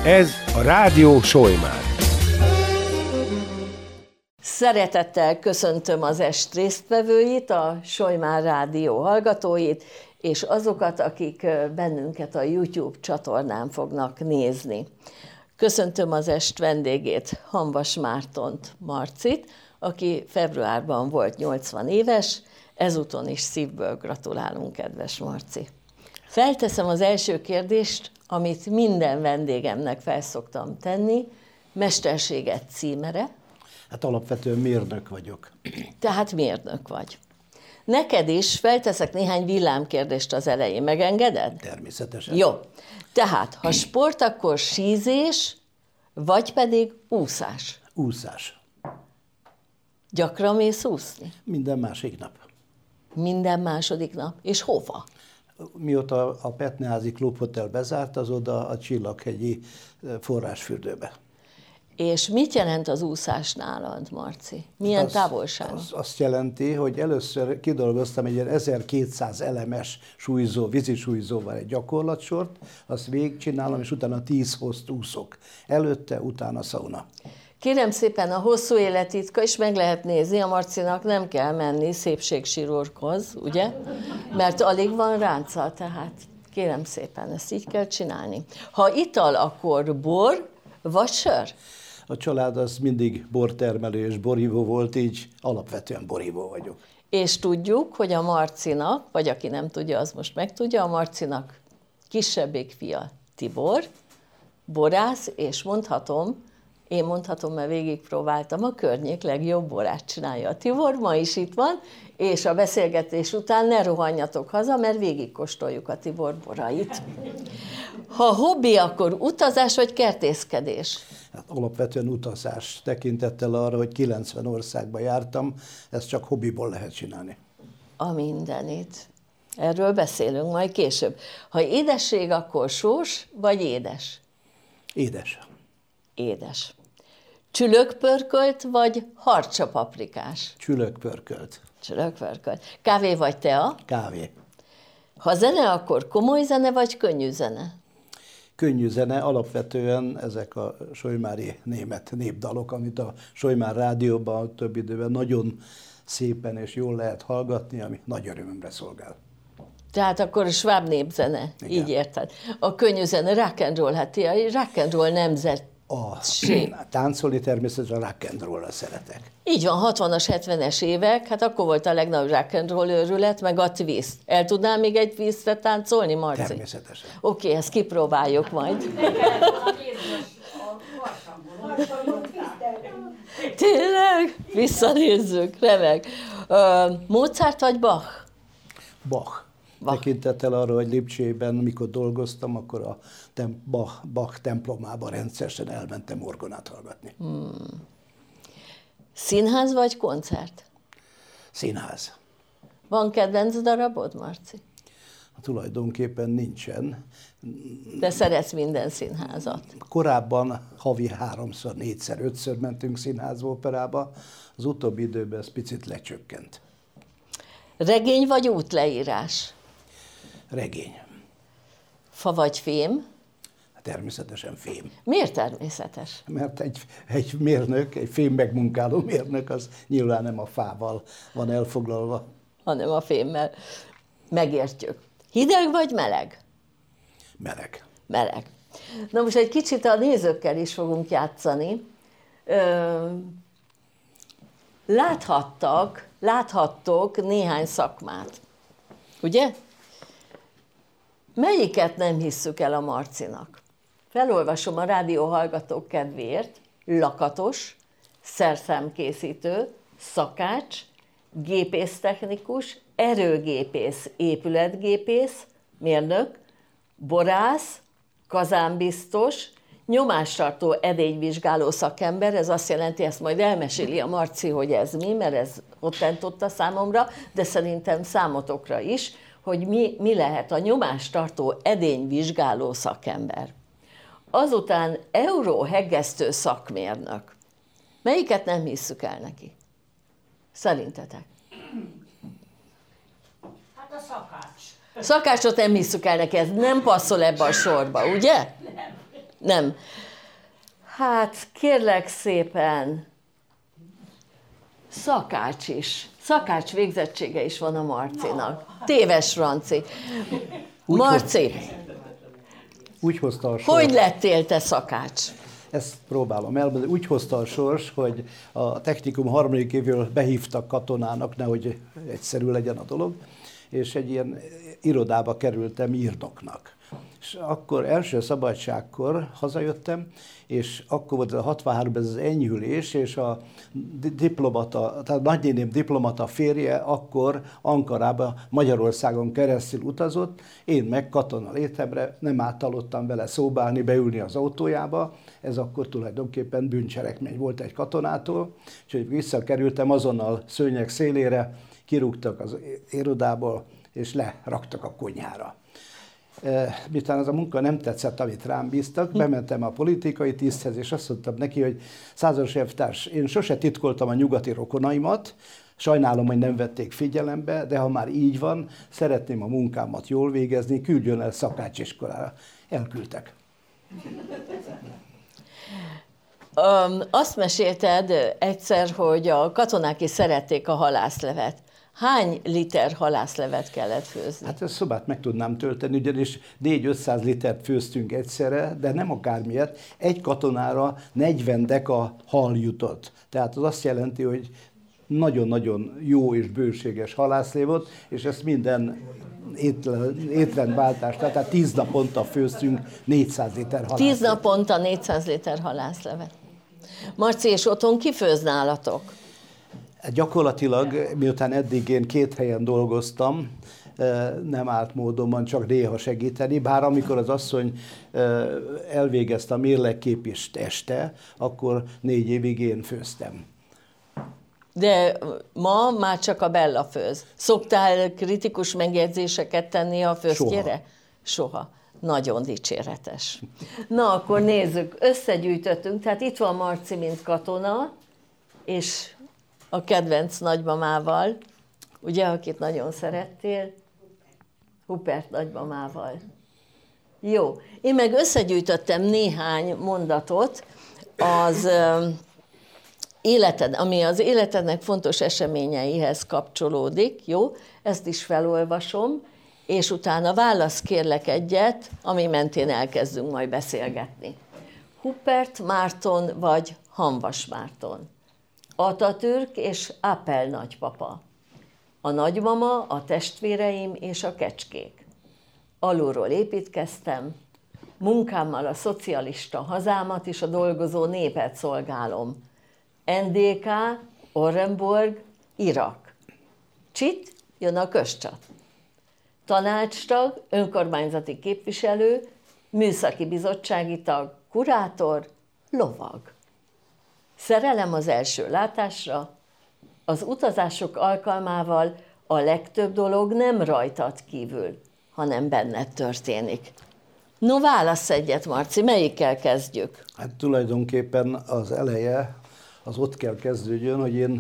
Ez a Rádió Solymár. Szeretettel köszöntöm az est résztvevőit, a Solymár Rádió hallgatóit, és azokat, akik bennünket a YouTube csatornán fognak nézni. Köszöntöm az est vendégét, Hamvas Mártont, Marcit, aki februárban volt 80 éves, ezúton is szívből gratulálunk, kedves Marci. Felteszem az első kérdést, amit minden vendégemnek felszoktam tenni, mesterséget címere. Hát alapvetően mérnök vagyok. Tehát mérnök vagy. Neked is felteszek néhány villámkérdést az elején, megengeded? Természetesen. Jó. Tehát, ha sport, akkor sízés, vagy pedig úszás? Úszás. Gyakran mész úszni? Minden másik nap. Minden második nap. És hova? Mióta a Petneházi Klub Hotel bezárt, az oda a Csillaghegyi forrásfürdőbe. És mit jelent az úszás nálad, Marci? Milyen távolság? Azt jelenti, hogy először kidolgoztam egy ilyen 1200 elemes súlyzó, vízisúlyzóval egy gyakorlatsort, azt végigcsinálom, és utána 10 hozt úszok. Előtte, utána szauna. Kérem szépen, a hosszú élettitka is meg lehet nézni, a Marcinak nem kell menni szépségchirurghoz, ugye? Mert alig van ránca, tehát kérem szépen, ezt így kell csinálni. Ha ital, akkor bor vagy sör? A család az mindig bortermelő és borívó volt, így alapvetően borívó vagyok. És tudjuk, hogy a Marcinak, vagy aki nem tudja, az most megtudja, a Marcinak kisebbik fia Tibor, borász, és én mondhatom, mert végigpróbáltam, a környék legjobb borát csinálja a Tibor, ma is itt van, és a beszélgetés után ne rohanjatok haza, mert végigkóstoljuk a Tibor borait. Ha hobbi, akkor utazás vagy kertészkedés? Hát alapvetően utazás, tekintettel arra, hogy 90 országba jártam, ezt csak hobbiból lehet csinálni. A mindenit. Erről beszélünk majd később. Ha édesség, akkor sós vagy édes? Édes. Édes. Csülökpörkölt vagy harcsapaprikás? Csülökpörkölt. Csülökpörkölt. Kávé vagy tea? Kávé. Ha zene, akkor komoly zene vagy könnyű zene? Könnyű zene, alapvetően ezek a solymári német népdalok, amit a Solymár Rádióban több időben nagyon szépen és jól lehet hallgatni, ami nagy örömömre szolgál. Tehát akkor a sváb népzene, igen. Így érted. A könnyű zene, rock and roll, hát a rock and roll nemzet. Táncolni természetesen a rock and roll-ra szeretek. Így van, 60-as, 70-es évek, hát akkor volt a legnagyobb rock and roll őrület, meg a twist. El tudnál még egy twistet táncolni, Marci? Természetesen. Oké, ezt kipróbáljuk majd. Tényleg? Visszanézzük, remek. Mozart vagy Bach? Bach. Tekintettel arra, hogy Lipcsében, mikor dolgoztam, akkor a Bach templomában rendszeresen elmentem orgonát hallgatni. Színház vagy koncert? Színház. Van kedvenc darabod, Marci? Tulajdonképpen nincsen. De szeretsz minden színházat? Korábban havi 3-szor, 4-szer, 5-ször mentünk színházba, operába. Az utóbbi időben ez picit lecsökkent. Regény vagy útleírás? Regény. Fa vagy fém? Természetesen fém. Miért természetes? Mert egy mérnök, egy fém megmunkáló mérnök, az nyilván nem a fával van elfoglalva. Hanem a fémmel. Megértjük. Hideg vagy meleg? Meleg. Meleg. Na most egy kicsit a nézőkkel is fogunk játszani. Láthattok néhány szakmát. Ugye? Melyiket nem hisszük el a Marcinak? Felolvasom a rádióhallgatók kedvéért. Lakatos, szerszámkészítő, szakács, gépésztechnikus, erőgépész, épületgépész, mérnök, borász, kazánbiztos, nyomástartó edényvizsgáló szakember, ez azt jelenti, ezt majd elmeséli a Marci, hogy ez mi, mert ez hottentotta számomra, de szerintem számotokra is, hogy mi lehet a nyomástartó edényvizsgáló szakember. Azután euróheggesztő szakmérnök. Melyiket nem hisszük el neki? Szerintetek? Hát a szakács. Szakácsot nem hisszük el neki, ez nem passzol ebbe a sorba, ugye? Nem. Hát kérlek szépen, szakács is. Szakács végzettsége is van a Marcinak. Téves, Franci. Marci, úgy hozta a sors. hogy lettél te szakács? Ezt próbálom elmondani. Úgy hozta a sors, hogy a technikum harmadik évről behívtak katonának, nehogy egyszerű legyen a dolog, és egy ilyen irodába kerültem írnoknak. És akkor első szabadságkor hazajöttem, és akkor volt a 63-ben ez az enyhülés, és a diplomata, tehát nagynéném diplomata férje akkor Ankarába, Magyarországon keresztül utazott, én meg katona létemre nem átalottam vele szóbálni, beülni az autójába, ez akkor tulajdonképpen bűncselekmény volt egy katonától, úgyhogy visszakerültem azonnal szőnyeg szélére, kirúgtak az irodából, és leraktak a konyhára. Miután az a munka nem tetszett, amit rám bíztak, bementem a politikai tiszthez, és azt mondtam neki, hogy százas évtárs, én sose titkoltam a nyugati rokonaimat, sajnálom, hogy nem vették figyelembe, de ha már így van, szeretném a munkámat jól végezni, küldjön el szakácsiskolára. Elküldtek. Azt mesélted egyszer, hogy a katonák is szerették a halászlevet. Hány liter halászlevet kellett főzni? Hát ezt szobát meg tudnám tölteni, ugyanis 400-500 litert főztünk egyszerre, de nem akármilyet. Egy katonára 40 deka hal jutott. Tehát az azt jelenti, hogy nagyon-nagyon jó és bőséges halászlé volt, és ezt minden étrendváltás, tehát 10 naponta főztünk 400 liter halászlevet. 10 naponta 400 liter halászlevet. Marci, és otthon ki főz nálatok? Gyakorlatilag, miután eddig én 2 helyen dolgoztam, nem állt módonban csak néha segíteni, bár amikor az asszony elvégezte a mérlegképést este, akkor 4 évig én főztem. De ma már csak a Bella főz. Szoktál kritikus megjegyzéseket tenni a főztjére? Soha. Nagyon dicséretes. Na, akkor nézzük, összegyűjtöttünk, tehát itt van Marci, mint katona, és a kedvenc nagymamával, ugye, akit nagyon szerettél, Hupert nagymamával. Jó, én meg összegyűjtöttem néhány mondatot az ami az életednek fontos eseményeihez kapcsolódik, jó? Ezt is felolvasom, és utána válasz kérlek egyet, ami mentén elkezdünk majd beszélgetni. Hupert Márton vagy Hamvas Márton? Atatürk és Apel nagypapa. A nagymama, a testvéreim és a kecskék. Alulról építkeztem, munkámmal a szocialista hazámat és a dolgozó népet szolgálom. NDK, Orenburg, Irak. Csit, jön a közcsat. Tanácstag, önkormányzati képviselő, műszaki bizottsági tag, kurátor, lovag. Szerelem az első látásra, az utazások alkalmával a legtöbb dolog nem rajtad kívül, hanem benned történik. No, válasz egyet, Marci, melyikkel kezdjük? Hát tulajdonképpen az eleje, az ott kell kezdődjön, hogy én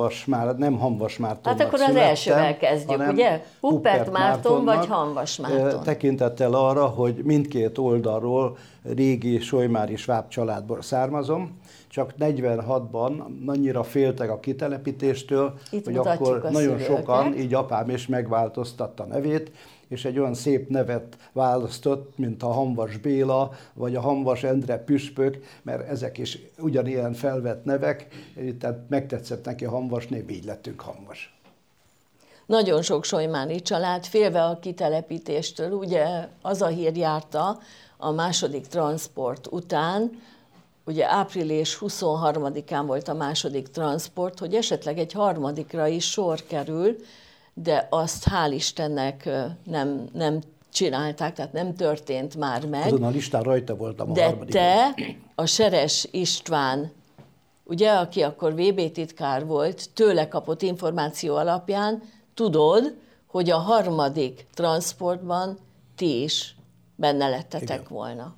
nem Hamvas Mártonnak Hát akkor az elsővel kezdjük, ugye? Hupert Márton vagy Hamvas Márton? Tekintettel arra, hogy mindkét oldalról régi solymári sváb családból származom, csak 46-ban annyira féltek a kitelepítéstől, itt hogy akkor nagyon szülőket. sokan, így apám is megváltoztatta nevét, és egy olyan szép nevet választott, mint a Hamvas Béla, vagy a Hamvas Endre püspök, mert ezek is ugyanilyen felvett nevek, tehát megtetszett neki a Hamvas név, így lettünk Hamvas. Nagyon sok solymári család félve a kitelepítéstől, ugye az a hír járta a második transport után, ugye április 23-án volt a második transport, hogy esetleg egy harmadikra is sor kerül, de azt hál' Istennek nem csinálták, tehát nem történt már meg. Azon a listán rajta voltam a harmadik. De te, a Seres István, ugye, aki akkor VB titkár volt, tőle kapott információ alapján tudod, hogy a harmadik transportban ti is benne lettetek. Igen. Volna.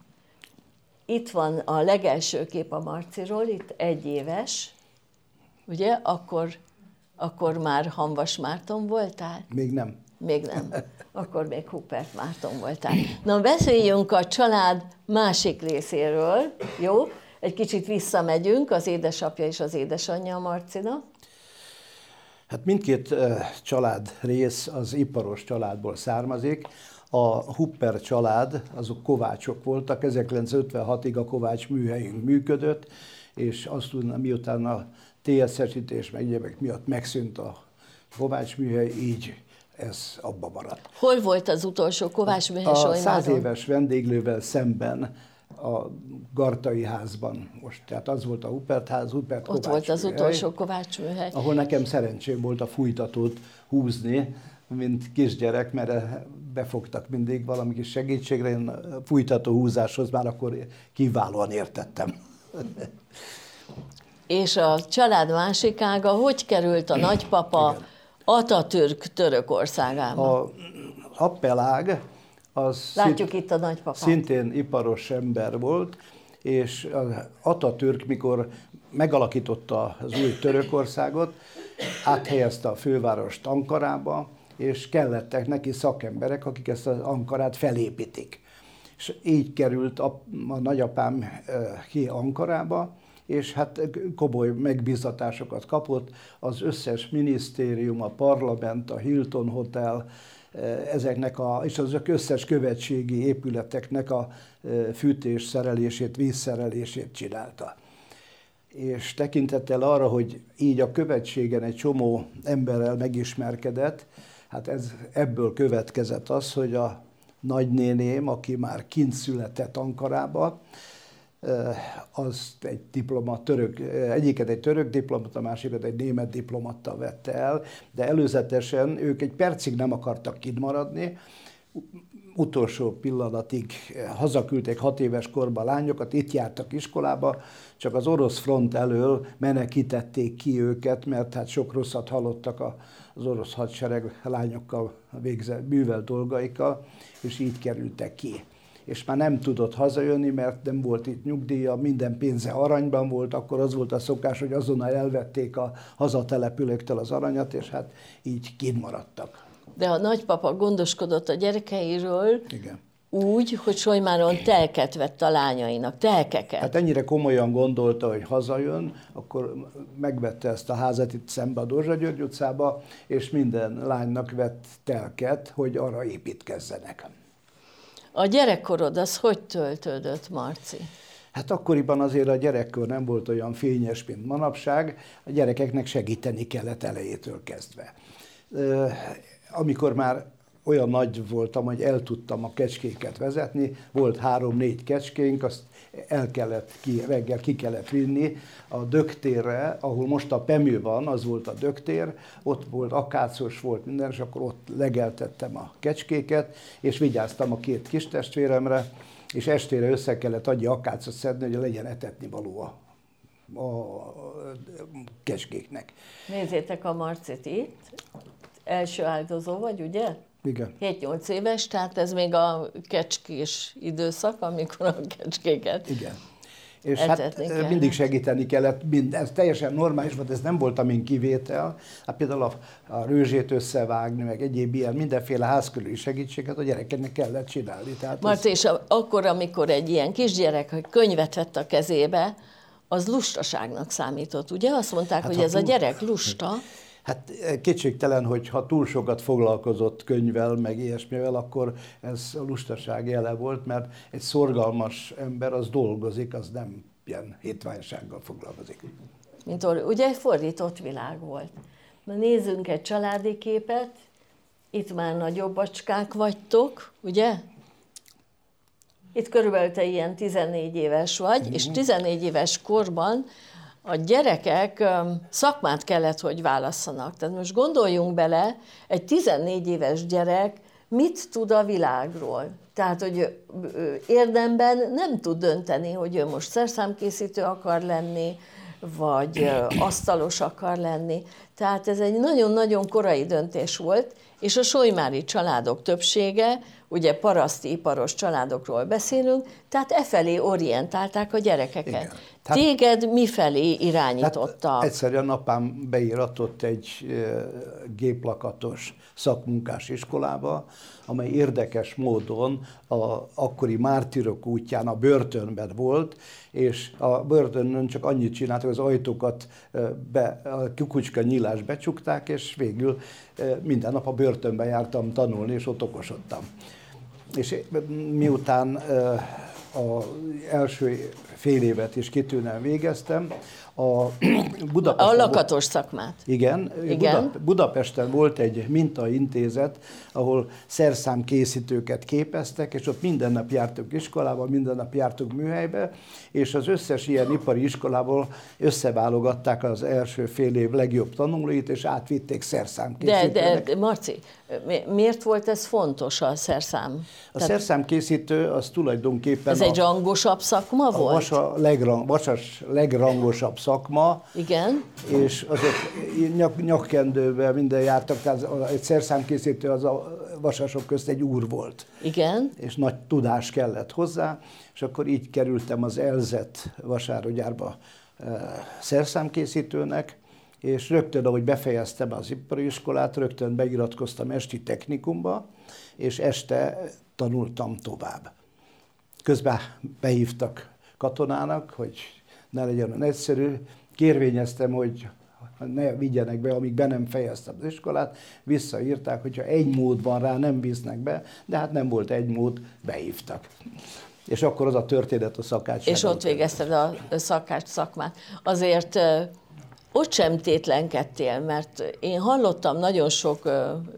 Itt van a legelső kép a Marciról, itt 1 éves, ugye, akkor már Hamvas Márton voltál? Még nem. Még nem. Akkor még Huppert Márton voltál. Na, beszéljünk a család másik részéről, jó? Egy kicsit visszamegyünk, az édesapja és az édesanyja Marcinak. Hát mindkét család rész az iparos családból származik. A Hupper család, azok kovácsok voltak, 1956-ig a kovács műhelyünk működött, és azt tudnám, miután a TSZ-esítés meg egyébként miatt megszűnt a kovács műhely, így ez abba maradt. Hol volt az utolsó kovács műhely Solymáron? A 100 éves vendéglővel szemben, a Gartai házban most. Tehát az volt a Huppert ház, Huppert Ott volt az utolsó kovács műhely. Ahol nekem szerencsém volt a fújtatót húzni, mint kisgyerek, mert befogtak mindig valami kis segítségre, én a fújtató húzáshoz már akkor kiválóan értettem. És a család másik ága, hogy került a nagypapa Atatürk Törökországába? A appelág az látjuk itt a nagypapát. Szintén iparos ember volt, és Atatürk, mikor megalakította az új Törökországot, áthelyezte a fővárost Ankarába, és kellettek neki szakemberek, akik ezt az Ankarát felépítik. És így került a nagyapám ki Ankarába, és hát komoly megbízatásokat kapott. Az összes minisztérium, a parlament, a Hilton Hotel, és az összes követségi épületeknek a fűtés szerelését, vízszerelését csinálta. És tekintettel arra, hogy így a követségen egy csomó emberrel megismerkedett, hát ebből következett az, hogy a nagynéném, aki már kint született Ankarába, az egy egyiket egy török diplomata, a másikat egy német diplomata vette el, de előzetesen ők egy percig nem akartak kint maradni, utolsó pillanatig hazaküldték 6 éves korban lányokat, itt jártak iskolába, csak az orosz front elől menekítették ki őket, mert hát sok rosszat hallottak az orosz hadsereg lányokkal művelt dolgaikkal, és így kerültek ki. És már nem tudott hazajönni, mert nem volt itt nyugdíja, minden pénze aranyban volt, akkor az volt a szokás, hogy azonnal elvették a hazatelepülőktől az aranyat, és hát így kint maradtak. De a nagypapa gondoskodott a gyerekeiről. Igen. Úgy, hogy Solymáron telket vett a lányainak, telkeket. Hát ennyire komolyan gondolta, hogy hazajön, akkor megvette ezt a házat itt szembe a Dózsa György utcába, és minden lánynak vett telket, hogy arra építkezzenek. A gyerekkorod az hogy töltődött, Marci? Hát akkoriban azért a gyerekkor nem volt olyan fényes, mint manapság, a gyerekeknek segíteni kellett elejétől kezdve. Amikor már olyan nagy voltam, hogy el tudtam a kecskéket vezetni, volt 3-4 kecskénk, azt reggel ki kellett vinni a Dögtérre, ahol most a Pemű van, az volt a Dögtér, ott volt akácos, volt minden, és akkor ott legeltettem a kecskéket, és vigyáztam a 2 kistestvéremre, és estére össze kellett annyi akácot szedni, hogy legyen etetni való a kecskéknek. Nézzétek a Marcit itt, első áldozó vagy, ugye? Igen. 7-8 éves, tehát ez még a kecskés időszak, amikor a kecskéket igen. És hát mindig segíteni kellett, ez teljesen normális volt, ez nem volt amin kivétel. Hát például a rőzsét összevágni, meg egyéb ilyen mindenféle házkörüli segítséget a gyerekeknek kellett csinálni. Marci, és akkor, amikor egy ilyen kisgyerek könyvet vett a kezébe, az lustaságnak számított, ugye? Azt mondták, hát, hogy ez a gyerek lusta. Hát kétségtelen, hogy ha túl sokat foglalkozott könyvvel, meg ilyesmivel, akkor ez a lustaság jele volt, mert egy szorgalmas ember az dolgozik, az nem ilyen hétványsággal foglalkozik. Mint ugye fordított világ volt. Na nézzünk egy családi képet, itt már nagyobb bacskák vagytok, ugye? Itt körülbelül te ilyen 14 éves vagy, és 14 éves korban a gyerekek szakmát kellett, hogy válasszanak. Tehát most gondoljunk bele, egy 14 éves gyerek mit tud a világról? Tehát, hogy érdemben nem tud dönteni, hogy ő most szerszámkészítő akar lenni, vagy asztalos akar lenni. Tehát ez egy nagyon-nagyon korai döntés volt, és a solymári családok többsége, ugye paraszti, iparos családokról beszélünk, tehát efelé orientálták a gyerekeket. Igen. Téged mifelé irányította? Hát egyszerűen apám beíratott egy géplakatos szakmunkás iskolába, amely érdekes módon az akkori mártírok útján a börtönben volt, és a börtönön csak annyit csináltak, hogy az ajtókat a kukucska nyílás becsukták, és végül minden nap a börtönbe jártam tanulni, és ott okosodtam. És miután az első fél évet is kitűnően végeztem, a lakatos szakmát. Igen. Budapesten volt egy mintaintézet, ahol szerszámkészítőket képeztek, és ott minden nap jártunk iskolába, minden nap jártunk műhelybe, és az összes ilyen ipari iskolából összeválogatták az első fél év legjobb tanulóit, és átvitték szerszámkészítőnek. De Marci, miért volt ez fontos a szerszám? A szerszámkészítő az tulajdonképpen... Ez egy rangosabb szakma volt? A vasas legrangosabb szakma. Igen. És azok nyakkendőben minden jártak, tehát egy szerszámkészítő az a vasasok közt egy úr volt. Igen. És nagy tudás kellett hozzá, és akkor így kerültem az Elzet vasárogyárba szerszámkészítőnek, és rögtön, ahogy befejeztem az ipari iskolát, rögtön beiratkoztam esti technikumba, és este tanultam tovább. Közben behívtak katonának, hogy ne legyen olyan egyszerű. Kérvényeztem, hogy ne vigyenek be, amíg be nem fejeztem az iskolát. Visszaírták, hogyha egy mód van rá, nem visznek be, de hát nem volt egy mód, behívtak. És akkor az a történet a szakács. És ott végezted a szakács szakmát. Azért ott sem tétlenkedtél, mert én hallottam nagyon sok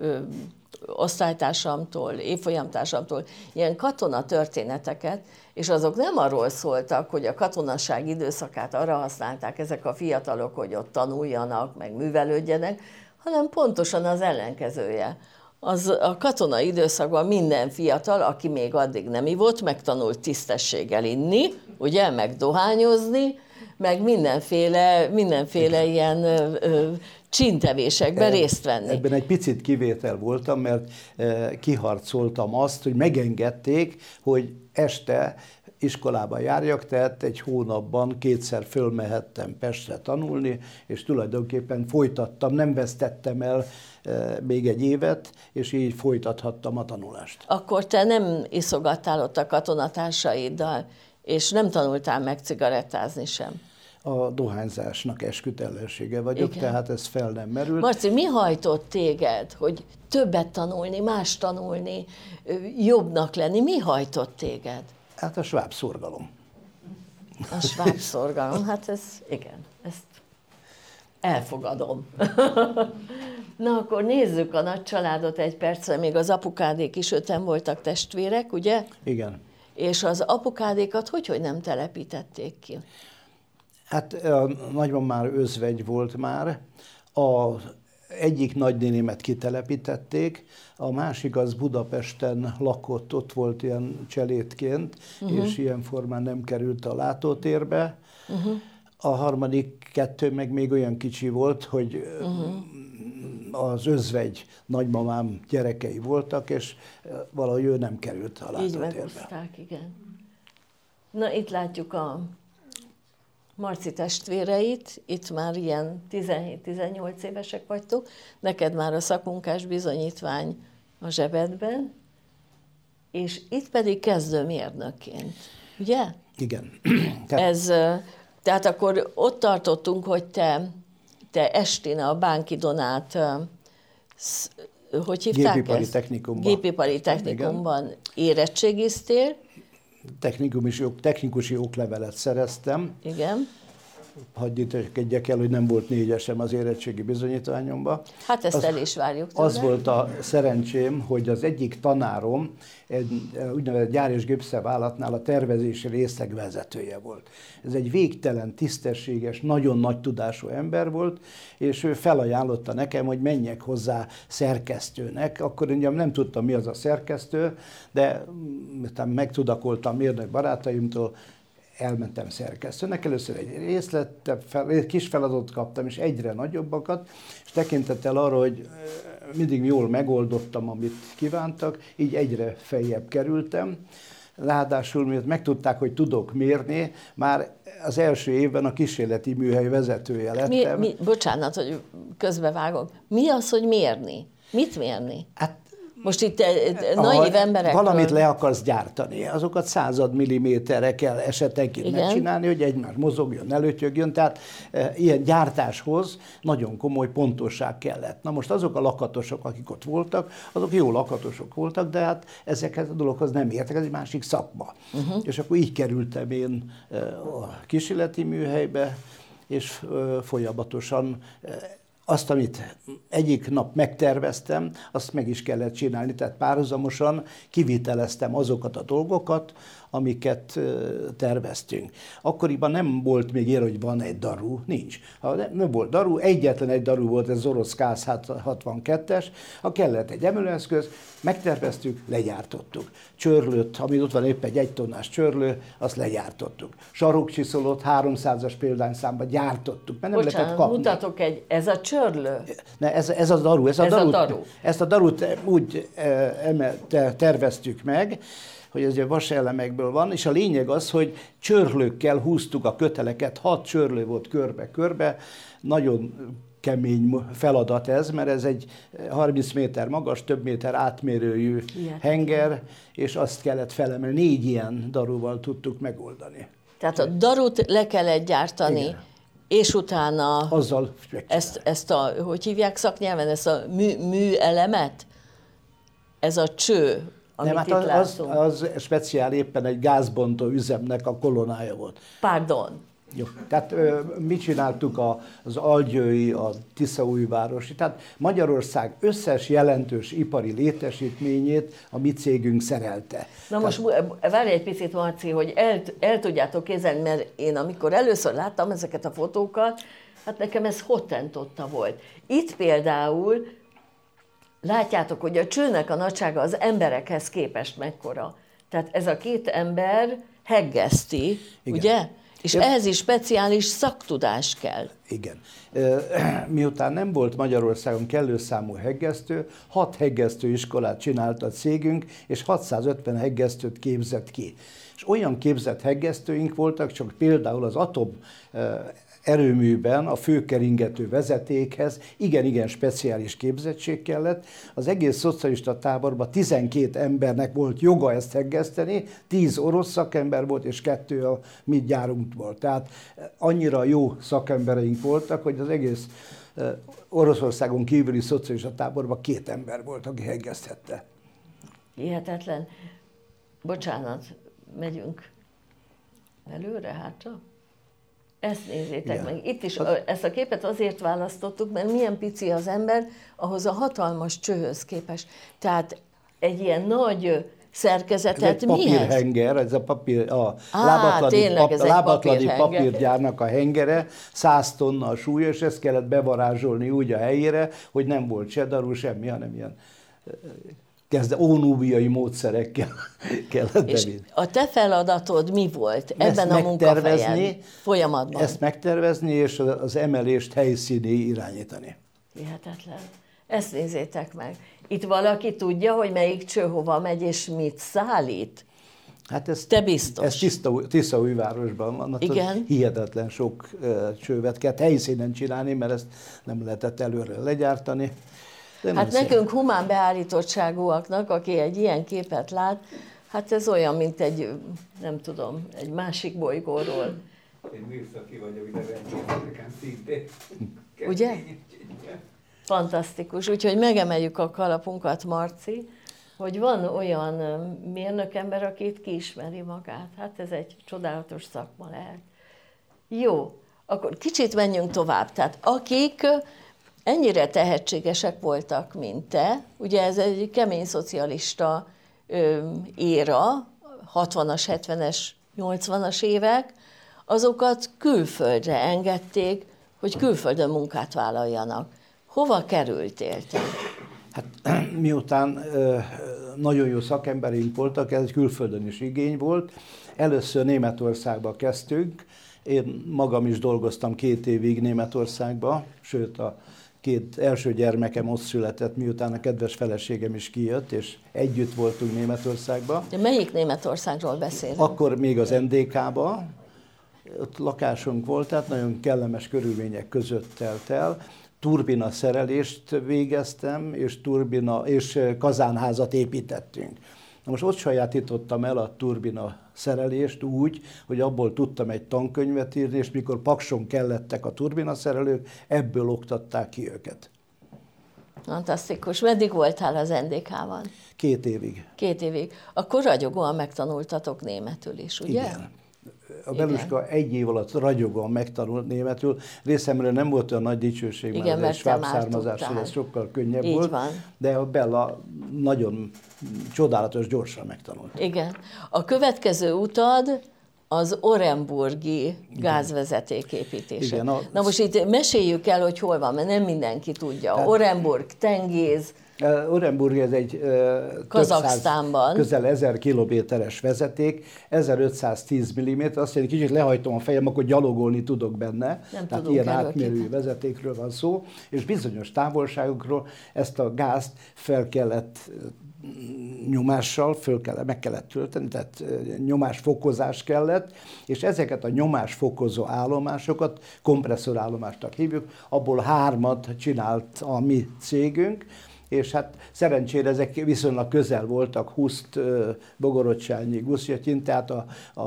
osztálytársamtól, évfolyamtársamtól ilyen katonatörténeteket, és azok nem arról szóltak, hogy a katonaság időszakát arra használták ezek a fiatalok, hogy ott tanuljanak, meg művelődjenek, hanem pontosan az ellenkezője. A katonai időszakban minden fiatal, aki még addig nem ivott, megtanult tisztességgel inni, ugye, meg dohányozni, meg mindenféle ilyen csintevésekben részt venni. Ebben egy picit kivétel voltam, mert kiharcoltam azt, hogy megengedték, hogy este iskolába járjak, tehát egy hónapban 2-szer fölmehettem Pestre tanulni, és tulajdonképpen folytattam, nem vesztettem el még egy évet, és így folytathattam a tanulást. Akkor te nem iszogattál ott a katonatársaiddal, és nem tanultál meg cigarettázni sem? A dohányzásnak esküdt ellensége vagyok, igen. Tehát ez fel nem merült. Marci, mi hajtott téged, hogy többet tanulni, más tanulni, jobbnak lenni? Mi hajtott téged? Hát a sváb szorgalom. A sváb szorgalom, hát ez, igen, ezt elfogadom. Na, akkor nézzük a nagy családot egy percre, még az apukádék is 5-en voltak testvérek, ugye? Igen. És az apukádékat hogy nem telepítették ki? Hát a nagymamám már özvegy volt már, az egyik nagynénémet kitelepítették, a másik az Budapesten lakott, ott volt ilyen cselédként, és ilyen formán nem került a látótérbe. A harmadik 2 meg még olyan kicsi volt, hogy az özvegy nagymamám gyerekei voltak, és valahogy ő nem került a látótérbe. Így megúszták, igen. Na, itt látjuk a Marci testvéreit, itt már ilyen 17-18 évesek vagytok, neked már a szakmunkás bizonyítvány a zsebedben, és itt pedig kezdőmérnökként, ugye? Igen. Tehát akkor ott tartottunk, hogy te estén a Bánki Donát, hogy hívták Gépipari ezt? technikumban. Gépipari technikumban érettségiztél. Technikusi oklevelet szereztem. Igen. Hadd ítélkedjek el, hogy nem volt 4-esem az érettségi bizonyítványomban. Hát ezt el is várjuk tőle. Az volt a szerencsém, hogy az egyik tanárom egy úgynevezett gyár- és gépszervállalatnál a tervezési részleg vezetője volt. Ez egy végtelen, tisztességes, nagyon nagy tudású ember volt, és ő felajánlotta nekem, hogy menjek hozzá szerkesztőnek. Akkor ugye nem tudtam, mi az a szerkesztő, de megtudakoltam mérnök barátaimtól, elmentem szerkesztőnek. Először egy kis feladatot kaptam, és egyre nagyobbakat, és tekintettel arra, hogy mindig jól megoldottam, amit kívántak, így egyre feljebb kerültem. Ráadásul, miért megtudták, hogy tudok mérni, már az első évben a kísérleti műhely vezetője lettem. Bocsánat, hogy közbevágok. Mi az, hogy mérni? Mit mérni? Hát, most itt naív emberekről... Valamit le akarsz gyártani, azokat 100 milliméterre kell esetenként megcsinálni, hogy egymás mozogjon, ne lötyögjön, tehát ilyen gyártáshoz nagyon komoly pontosság kellett. Na most azok a lakatosok, akik ott voltak, azok jó lakatosok voltak, de hát ezekhez a dologhoz nem értek, ez egy másik szakma. És akkor így kerültem én a kísérleti műhelybe, és folyamatosan azt, amit egyik nap megterveztem, azt meg is kellett csinálni, tehát párhuzamosan kiviteleztem azokat a dolgokat, amiket terveztünk. Akkoriban nem volt még ilyen, hogy van egy daru, nincs. Ha nem volt daru, egyetlen egy daru volt, ez az orosz KAZ 62-es, ha kellett egy emelőeszköz, megterveztük, legyártottuk. Csörlőt, ami ott van épp egy 1 tonnás csörlő, azt legyártottuk. Sarokcsiszolót 300-as példányszámba gyártottuk, mert nem lehetett kapni. Mutatok ez a csörlő? Ne, ez a daru. Ezt a darut úgy terveztük meg, hogy ez a vaselemekből van, és a lényeg az, hogy csörlőkkel húztuk a köteleket, 6 csörlő volt körbe-körbe, nagyon kemény feladat ez, mert ez egy 30 méter magas, több méter átmérőjű henger, és azt kellett felemelni. 4 ilyen daruval tudtuk megoldani. Tehát a darut le kellett gyártani, igen. És utána azzal ezt a, hogy hívják szaknyelven, ezt a műelemet, ez a cső, amit nem, itt hát látunk. Az speciál éppen egy gázbontó üzemnek a kolonája volt. Pardon. Jó. Tehát mi csináltuk az algyői, a tiszaújvárosi, tehát Magyarország összes jelentős ipari létesítményét a mi cégünk szerelte. Na most várj egy picit, Marci, hogy el tudjátok képzelni, mert én amikor először láttam ezeket a fotókat, hát nekem ez hottentotta volt. Itt például látjátok, hogy a csőnek a nagysága az emberekhez képest mekkora. Tehát ez a 2 ember heggeszti, igen. Ugye? És ehhez is speciális szaktudás kell. Igen. Miután nem volt Magyarországon kellő számú heggesztő, 6 heggesztőiskolát csinált a cégünk, és 650 heggesztőt képzett ki. És olyan képzett heggesztőink voltak, csak például az atom erőműben a főkeringető vezetékhez igen speciális képzettség kellett. Az egész szocialista táborban 12 embernek volt joga ezt heggeszteni, 10 orosz szakember volt, és 2 a mi gyárunk volt. Tehát annyira jó szakembereink voltak, hogy az egész Oroszországon kívüli szocialista táborban 2 ember volt, aki heggeszthette. Hihetetlen. Bocsánat, megyünk előre, hátra? Ezt nézzétek meg. Itt is ezt a képet azért választottuk, mert milyen pici az ember ahhoz a hatalmas csőhöz képest. Tehát egy ilyen nagy szerkezetet ez egy papírhenger, ez a papír, a lábatladi papírgyárnak a hengere, 100 tonna a súlya, és ezt kellett bevarázsolni úgy a helyére, hogy nem volt se daru, semmi, hanem ilyen ónúbiai módszerekkel kellett bevinni. A te feladatod mi volt ebben a munkahelyen, folyamatban? Ezt megtervezni, és az emelést helyszíni irányítani. Hihetetlen. Ezt nézzétek meg. Itt valaki tudja, hogy melyik cső hova megy, és mit szállít? Hát te biztos. Ez Tiszaújvárosban van. Igen. Hihetetlen sok csővet kellett helyszínen csinálni, mert ezt nem lehetett előre legyártani. Hát nekünk humán beállítottságúaknak, aki egy ilyen képet lát, hát ez olyan, mint egy, nem tudom, egy másik bolygóról. Én műszaki vagyok, de rendszereken szintén. Ugye? Fantasztikus. Úgyhogy megemeljük a kalapunkat, Marci, hogy van olyan mérnökember, aki itt kiismeri magát. Hát ez egy csodálatos szakma lehet. Jó, akkor kicsit menjünk tovább. Tehát akik ennyire tehetségesek voltak, mint te, ugye ez egy kemény szocialista éra, 60-as, 70-es, 80-as évek, azokat külföldre engedték, hogy külföldön munkát vállaljanak. Hova kerültél te? Hát miután nagyon jó szakembereink voltak, ez egy külföldön is igény volt. Először Németországba kezdtünk, én magam is dolgoztam 2 évig Németországba, sőt a 2 első gyermekem ott született, miután a kedves feleségem is kijött, és együtt voltunk Németországba. De melyik Németországról beszélünk? Akkor még az NDK-ba, ott lakásunk volt, tehát nagyon kellemes körülmények között telt el. Turbina szerelést végeztem, és kazánházat építettünk. Na most ott sajátítottam el a turbina szerelést úgy, hogy abból tudtam egy tankönyvet írni, és mikor Pakson kellettek a turbinaszerelők, ebből oktatták ki őket. Fantasztikus. Meddig voltál az NDK-ban? 2 évig. 2 évig. Akkor ragyogóan megtanultatok németül is, ugye? Igen. A Beluska 1 év alatt ragyogóan megtanult németül. Részemről nem volt olyan nagy dicsőség, igen, mert egy sváb származásról ez sokkal könnyebb így volt. Van. De a Bella nagyon csodálatos, gyorsan megtanult. Igen. A következő utad az orenburgi gázvezetéképítése. Igen, Na most itt meséljük el, hogy hol van, mert nem mindenki tudja. Tehát, Orenburg, Tengiz. Orenburg ez egy Kazaksztánban. Közel 1000 kilométeres vezeték, 1510 mm, azt jelenti, kicsit lehajtom a fejem, akkor gyalogolni tudok benne. Nem tehát ilyen átmérőjű vezetékről van szó, és bizonyos távolságokról ezt a gázt fel kellett nyomással meg kellett tölteni, tehát nyomásfokozás kellett, és ezeket a nyomásfokozó állomásokat kompresszorállomásnak hívjuk, abból 3-at csinált a mi cégünk, és hát szerencsére ezek viszonylag közel voltak Huszt, Bogorodsányi, Guszjatyin, tehát a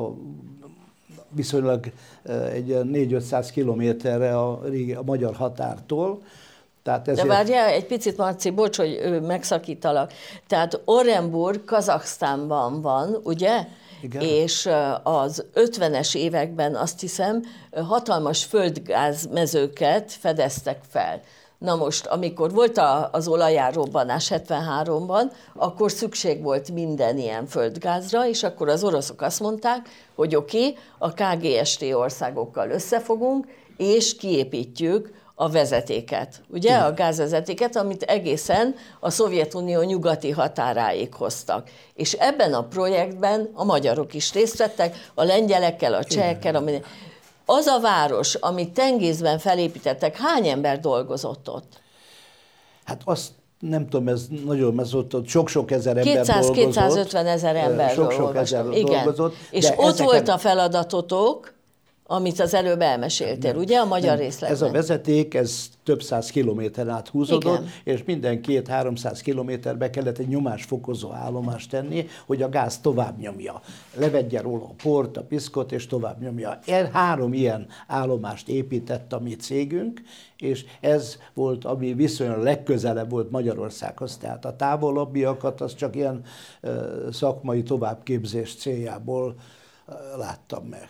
viszonylag egy 400-500 kilométerre a magyar határtól. Tehát ezért... De várjál egy picit, Marci, bocs, hogy megszakítalak. Tehát Orenburg Kazaksztánban van, ugye? Igen. És az 50-es években azt hiszem hatalmas földgázmezőket fedeztek fel. Na most, amikor volt az olajárrobbanás 73-ban, akkor szükség volt minden ilyen földgázra, és akkor az oroszok azt mondták, hogy oké, a KGST országokkal összefogunk, és kiépítjük a vezetéket, ugye? Igen. A gázvezetéket, amit egészen a Szovjetunió nyugati határáig hoztak. És ebben a projektben a magyarok is részt vettek, a lengyelekkel, a csehekkel, az a város, amit Tengizben felépítettek, hány ember dolgozott ott? Hát azt nem tudom, ez nagyon mezott, sok-sok ezer ember dolgozott. 200-250 ezer ember sok-sok ezer dolgozott. És ott volt a feladatotok, amit az előbb elmeséltél, ugye, a magyar részletben? Ez a vezeték, ez több száz kilométeren át húzódott, igen. És minden 200-300 kilométerbe kellett egy nyomásfokozó állomást tenni, hogy a gáz tovább nyomja. Levegye róla a port, a piszkot, és tovább nyomja. 3 ilyen állomást épített a mi cégünk, és ez volt, ami viszonylag legközelebb volt Magyarországhoz. Tehát a távolabbiakat, az csak ilyen szakmai továbbképzés céljából láttam meg.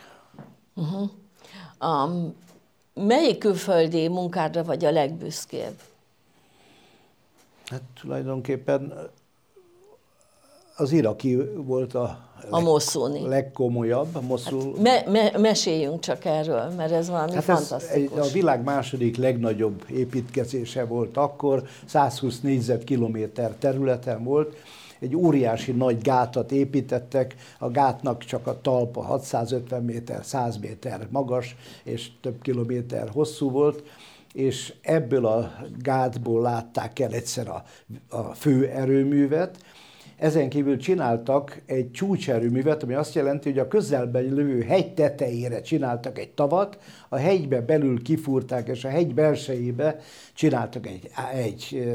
Melyik külföldi munkádra vagy a legbüszkébb? Hát tulajdonképpen az iraki volt a legkomolyabb. Hát meséljünk csak erről, mert ez valami fantasztikus. Ez a világ második legnagyobb építkezése volt akkor, 120 négyzetkilométer területen volt. Egy óriási nagy gátat építettek, a gátnak csak a talpa 650 méter, 100 méter magas, és több kilométer hosszú volt, és ebből a gátból látták el egyszer a fő erőművet. Ezen kívül csináltak egy csúcserőművet, ami azt jelenti, hogy a közelben lévő hegy tetejére csináltak egy tavat, a hegybe belül kifúrták, és a hegy belsejébe csináltak egy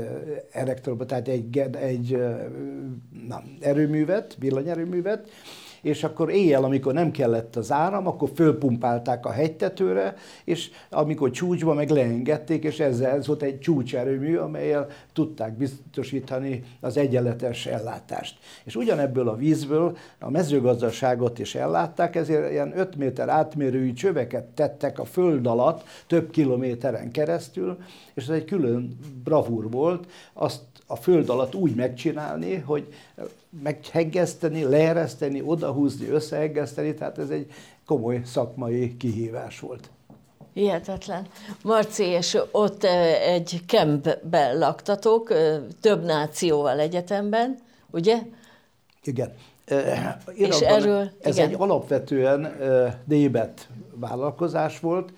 erőművet, villanyerőművet, és akkor éjjel, amikor nem kellett az áram, akkor fölpumpálták a hegytetőre, és amikor csúcsba meg leengedték, és ez volt egy csúcserőmű, amellyel tudták biztosítani az egyenletes ellátást. És ugyanebből a vízből a mezőgazdaságot is ellátták, ezért ilyen 5 méter átmérőjű csöveket tettek a föld alatt több kilométeren keresztül, és ez egy külön bravúr volt, azt a föld alatt úgy megcsinálni, hogy meghegeszteni, leereszteni, odahúzni, összehegeszteni, tehát ez egy komoly szakmai kihívás volt. Hihetetlen. Marci, és ott egy campben laktatok, több nációval egyetemben, ugye? Igen. És erről, ez igen. egy alapvetően német vállalkozás volt.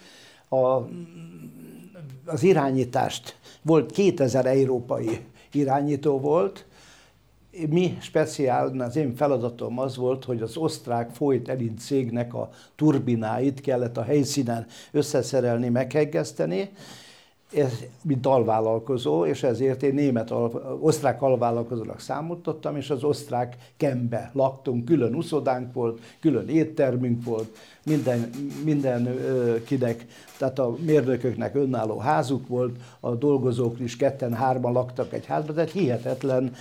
Az irányítást volt 2000 európai irányító volt. Mi speciál, az én feladatom az volt, hogy az osztrák Voith-Elin cégnek a turbináit kellett a helyszínen összeszerelni, meghegeszteni, mint alvállalkozó, és ezért én osztrák alvállalkozónak számítottam, és az osztrák Kembe laktunk, külön uszodánk volt, külön éttermünk volt, mindenkinek, tehát a mérnököknek önálló házuk volt, a dolgozók is 2-3 laktak egy házban, tehát hihetetlen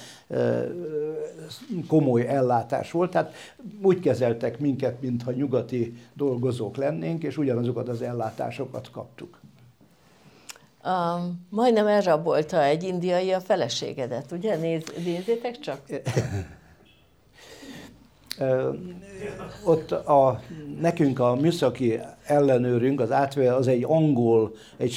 komoly ellátás volt. Tehát úgy kezeltek minket, mintha nyugati dolgozók lennénk, és ugyanazokat az ellátásokat kaptuk. Majdnem elrabolta egy indiai a feleségedet, ugye? Nézzétek csak! Ott nekünk a műszaki ellenőrünk, az egy angol, egy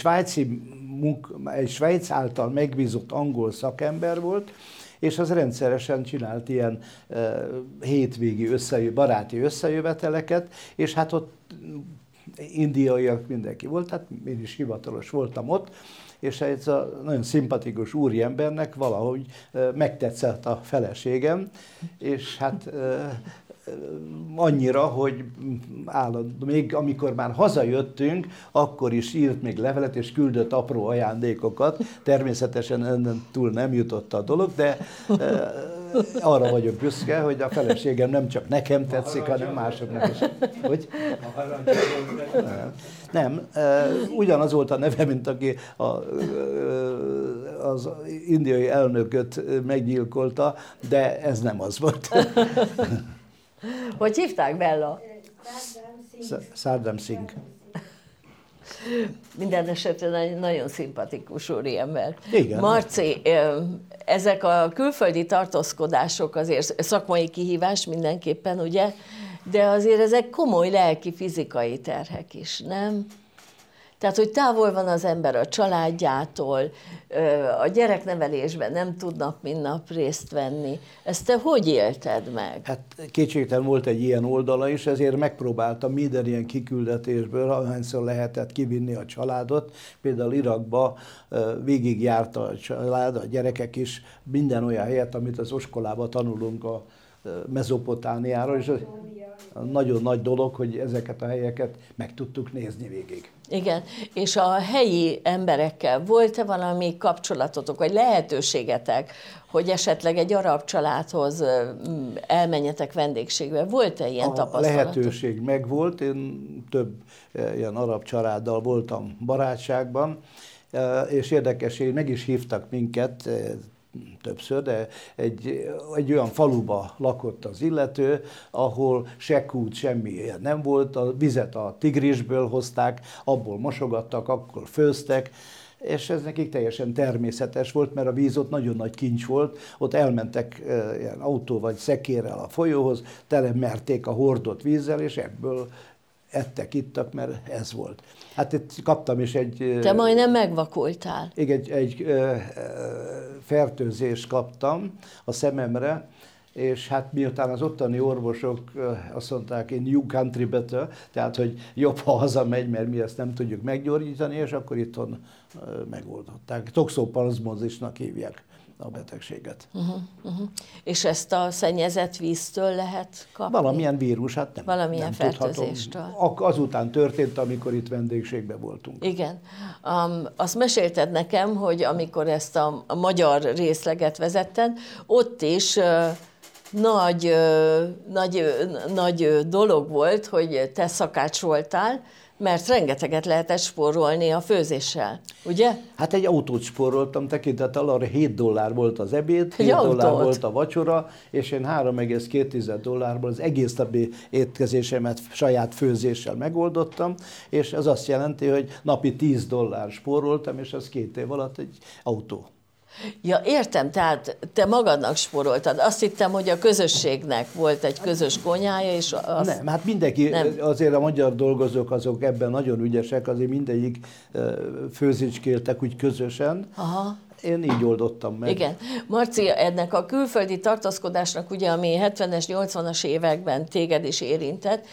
Svájc által megbízott angol szakember volt, és az rendszeresen csinált ilyen hétvégi baráti összejöveteleket, és hát ott indiaiak mindenki volt, tehát én is hivatalos voltam ott, és ez a nagyon szimpatikus úriembernek valahogy megtetszett a feleségem, és hát annyira, hogy még amikor már hazajöttünk, akkor is írt még levelet, és küldött apró ajándékokat. Természetesen ennen túl nem jutott a dolog, de arra vagyok büszke, hogy a feleségem nem csak nekem tetszik, hanem másoknak is. Hogy? Nem, ugyanaz volt a neve, mint aki az indiai elnököt meggyilkolta, de ez nem az volt. Hogy hívták, Bella? Sardam Singh. Minden esetre nagyon szimpatikus úriember. Igen. Marci, ezek a külföldi tartózkodások azért szakmai kihívás mindenképpen, ugye? De azért ezek komoly lelki, fizikai terhek is, nem? Tehát, hogy távol van az ember a családjától, a gyereknevelésben nem tud nap mint nap részt venni. Ezt te hogy élted meg? Hát kétségtelen volt egy ilyen oldala is, ezért megpróbáltam minden ilyen kiküldetésből, ahányszor lehetett kivinni a családot. Például Irakba végigjárt a család, a gyerekek is minden olyan helyet, amit az iskolában tanulunk a Mezopotámiáról, és nagyon nagy dolog, hogy ezeket a helyeket meg tudtuk nézni végig. Igen, és a helyi emberekkel volt-e valami kapcsolatotok, vagy lehetőségetek, hogy esetleg egy arab családhoz elmenjetek vendégségbe? Volt-e ilyen tapasztalatok? A lehetőség megvolt, én több ilyen arab családdal voltam barátságban, és érdekes, hogy meg is hívtak minket, többször, de egy olyan faluba lakott az illető, ahol se kút, semmi ilyen nem volt, a vizet a Tigrisből hozták, abból mosogattak, akkor főztek, és ez nekik teljesen természetes volt, mert a víz ott nagyon nagy kincs volt, ott elmentek ilyen autó vagy szekérrel a folyóhoz, telemerték a hordott vízzel, és ebből ettek, ittak, mert ez volt. Hát itt kaptam is egy... Te majdnem megvakultál. Igen, egy fertőzést kaptam a szememre, és hát miután az ottani orvosok azt mondták, in new country better, tehát, hogy jobb, ha hazamegy, mert mi ezt nem tudjuk meggyógyítani, és akkor itthon megoldották. Toxoplasmozisnak hívják a betegséget. És ezt a szennyezett víztől lehet kapni? Valamilyen vírus, hát nem. Valamilyen nem fertőzéstől. Azután történt, amikor itt vendégségben voltunk. Igen. Azt mesélted nekem, hogy amikor ezt a magyar részleget vezetted, ott is nagy dolog volt, hogy te szakács voltál, mert rengeteget lehetett spórolni a főzéssel, ugye? Hát egy autót spóroltam, tekintettel arra $7 volt az ebéd, $7 volt a vacsora, és én $3,2 az egész napi étkezésemet saját főzéssel megoldottam, és ez azt jelenti, hogy napi $10 spóroltam, és az 2 év alatt egy autó. Ja, értem, tehát te magadnak spóroltad. Azt hittem, hogy a közösségnek volt egy közös konyhája, és azt... Nem, hát mindenki, nem. Azért a magyar dolgozók azok ebben nagyon ügyesek, azért mindegyik főzicskéltek úgy közösen. Aha. Én így oldottam meg. Igen. Marci, ennek a külföldi tartózkodásnak, ugye, ami 70-es, 80-as években téged is érintett,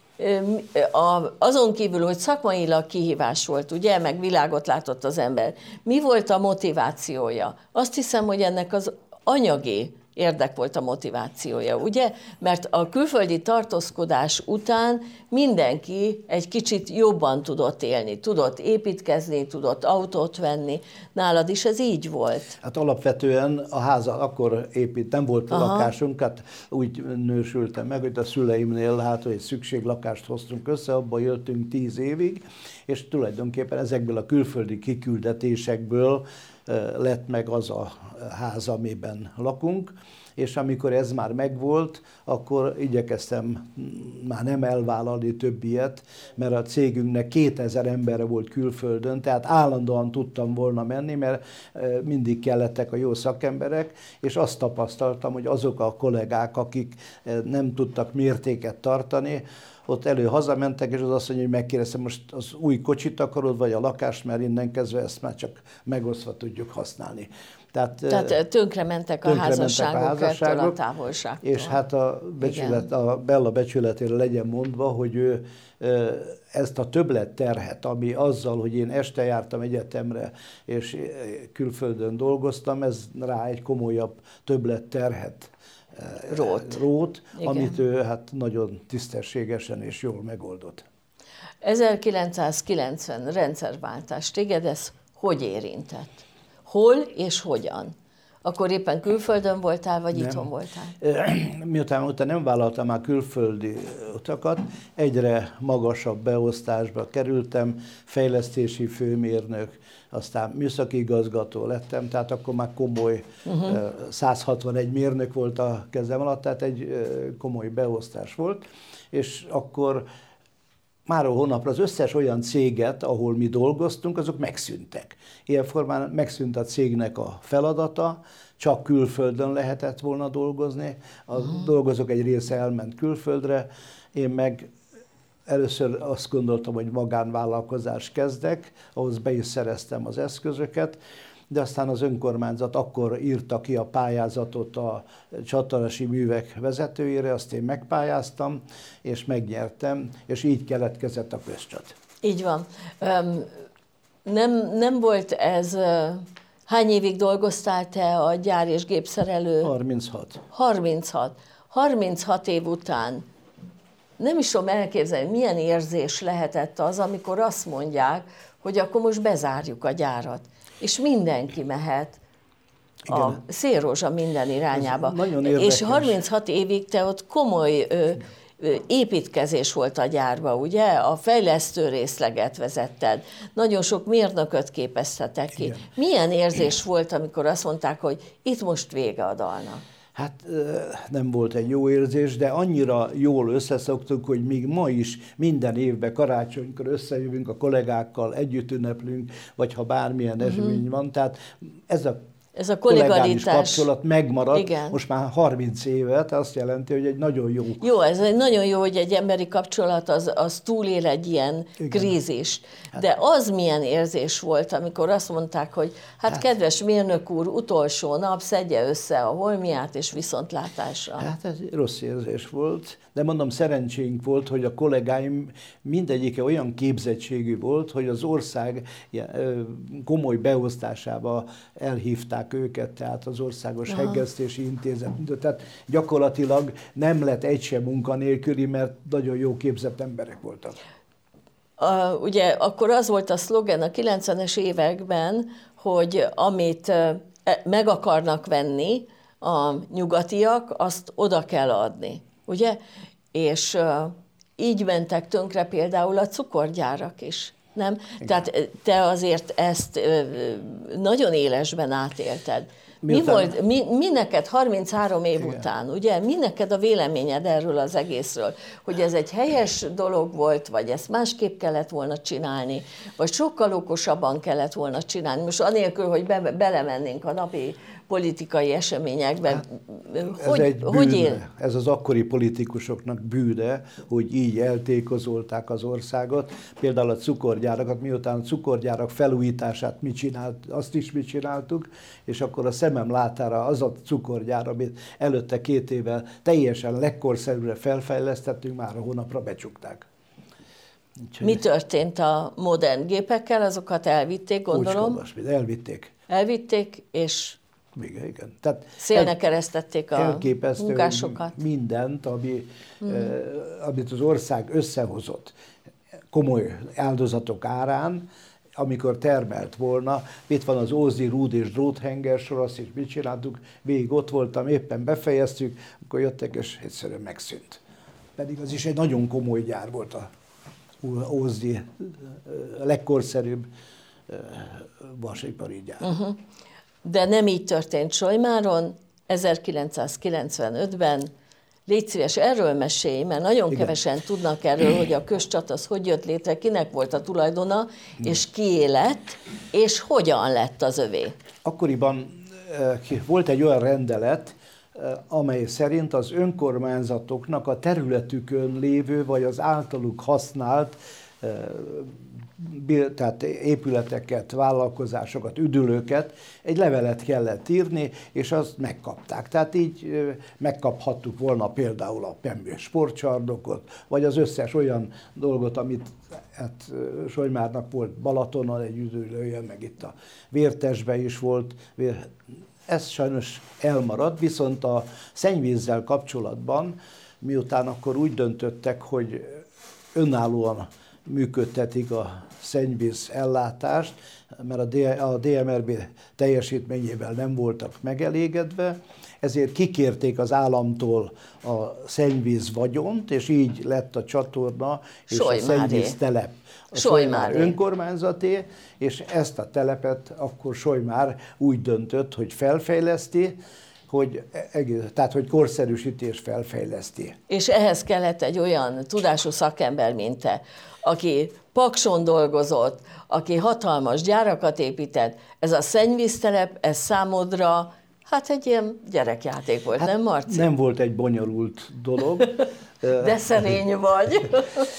azon kívül, hogy szakmailag kihívás volt, ugye, meg világot látott az ember, mi volt a motivációja? Azt hiszem, hogy ennek az anyagi érdek volt a motivációja, ugye? Mert a külföldi tartózkodás után mindenki egy kicsit jobban tudott élni, tudott építkezni, tudott autót venni. Nálad is ez így volt? Hát alapvetően a háza akkor nem volt lakásunk, hát úgy nősültem meg, hogy a szüleimnél hogy egy szükséglakást hoztunk össze, abban éltünk 10 évig, és tulajdonképpen ezekből a külföldi kiküldetésekből lett meg az a ház, amiben lakunk, és amikor ez már megvolt, akkor igyekeztem már nem elvállalni több ilyet, mert a cégünknek 2000 embere volt külföldön, tehát állandóan tudtam volna menni, mert mindig kellettek a jó szakemberek, és azt tapasztaltam, hogy azok a kollégák, akik nem tudtak mértéket tartani, ott hazamentek, és az azt mondja, hogy megkérdeztem, most az új kocsit akarod, vagy a lakást, mert innen kezdve ezt már csak megosztva tudjuk használni. Tehát tönkrementek a házasságok ettől a távolságtól. És hát a Bella becsületére legyen mondva, hogy ő ezt a többletterhet, ami azzal, hogy én este jártam egyetemre, és külföldön dolgoztam, ez rá egy komolyabb többletterhet rót, amit ő hát nagyon tisztességesen és jól megoldott. 1990 rendszerváltás, téged ez hogy érintett? Hol és hogyan? Akkor éppen külföldön voltál, vagy itthon voltál? Miután utána nem vállaltam már külföldi utakat, egyre magasabb beosztásba kerültem, fejlesztési főmérnök, aztán műszaki igazgató lettem, tehát akkor már komoly, 161 mérnök volt a kezem alatt, tehát egy komoly beosztás volt, és akkor máról hónapra az összes olyan céget, ahol mi dolgoztunk, azok megszűntek. Ilyen formán megszűnt a cégnek a feladata, csak külföldön lehetett volna dolgozni, a dolgozók egy része elment külföldre, én meg először azt gondoltam, hogy magánvállalkozást kezdek, ahhoz be is szereztem az eszközöket, de aztán az önkormányzat akkor írta ki a pályázatot a csatornási művek vezetőjére, azt én megpályáztam, és megnyertem, és így keletkezett a közcsat. Így van. Nem volt ez... Hány évig dolgoztál te a gyár- és gépszerelő? 36. 36. 36 év után nem is tudom elképzelni, milyen érzés lehetett az, amikor azt mondják, hogy akkor most bezárjuk a gyárat, és mindenki mehet a szélrózsa minden irányába. És 36 évig te ott komoly építkezés volt a gyárba, ugye? A fejlesztő részleget vezetted, nagyon sok mérnököt képeztetek ki. Igen. Milyen érzés volt, amikor azt mondták, hogy itt most vége a dalnak? Hát nem volt egy jó érzés, de annyira jól összeszoktunk, hogy még ma is minden évben karácsonykor összejövünk a kollégákkal, együtt ünneplünk, vagy ha bármilyen esemény van. Tehát ez a kollégális kapcsolat megmaradt, igen. Most már 30 évet, azt jelenti, hogy egy nagyon jó... Jó, ez egy nagyon jó, hogy egy emberi kapcsolat az túlél egy ilyen krízist. De az milyen érzés volt, amikor azt mondták, hogy hát kedves mérnök úr, utolsó nap, szedje össze a holmiát és viszontlátásra. Hát ez rossz érzés volt, de mondom, szerencsénk volt, hogy a kollégáim mindegyike olyan képzettségű volt, hogy az ország komoly beosztásába elhívták őket, tehát az Országos Hegesztési Intézet. Tehát gyakorlatilag nem lett egy sem munkanélküli, mert nagyon jó képzett emberek voltak. Ugye akkor az volt a szlogen a 90-es években, hogy amit meg akarnak venni a nyugatiak, azt oda kell adni. Ugye? És így mentek tönkre például a cukorgyárak is, nem? Igen. Tehát te azért ezt nagyon élesben átélted. Mi neked 33 év után, ugye? Mi neked a véleményed erről az egészről? Hogy ez egy helyes dolog volt, vagy ezt másképp kellett volna csinálni, vagy sokkal okosabban kellett volna csinálni? Most anélkül, hogy belemennénk a napi politikai eseményekben. Hát, hogy él? Ez az akkori politikusoknak bűne, hogy így eltékozolták az országot. Például a cukorgyárakat, miután a cukorgyárak felújítását azt is mi csináltuk, és akkor a szemem látára az a cukorgyár, amit előtte 2 évvel teljesen legkorszerűre felfejlesztettünk, már a hónapra becsukták. Mi történt a modern gépekkel? Azokat elvitték, gondolom? Úgy, elvitték. Elvitték, és igen. Tehát szélnek keresztették a munkásokat. Mindent, amit az ország összehozott komoly áldozatok árán, amikor termelt volna, itt van az Ózdi, Rúd és Dróthenger sor, azt is mit csináltuk, végig ott voltam, éppen befejeztük, akkor jöttek, és egyszerűen megszűnt. Pedig az is egy nagyon komoly gyár volt a Ózdi, a legkorszerűbb vasipari gyár. De nem így történt Solymáron, 1995-ben. Légy szíves, erről mesélj, mert nagyon kevesen tudnak erről, hogy a közcsat az hogy jött létre, kinek volt a tulajdona, és kié lett, és hogyan lett az övé. Akkoriban volt egy olyan rendelet, amely szerint az önkormányzatoknak a területükön lévő, vagy az általuk használt tehát épületeket, vállalkozásokat, üdülőket, egy levelet kellett írni, és azt megkapták. Tehát így megkaphattuk volna például a Pembő sportcsarnokot, vagy az összes olyan dolgot, amit Solymárnak volt Balatonon egy üdülője, meg itt a Vértesben is volt. Ez sajnos elmaradt, viszont a szennyvízzel kapcsolatban, miután akkor úgy döntöttek, hogy önállóan működtetik a szennyvíz ellátást, mert a DMRB teljesítményével nem voltak megelégedve, ezért kikérték az államtól a szennyvíz vagyont, és így lett a csatorna és a szennyvíz telep. A Solymár önkormányzaté, és ezt a telepet akkor Solymár úgy döntött, hogy felfejleszti, tehát hogy korszerűsíti és felfejleszti. És ehhez kellett egy olyan tudású szakember, mint te, aki Pakson dolgozott, aki hatalmas gyárakat épített. Ez a szennyvíztelep, ez számodra hát egy ilyen gyerekjáték volt, nem Marci? Nem volt egy bonyolult dolog. De szerény vagy.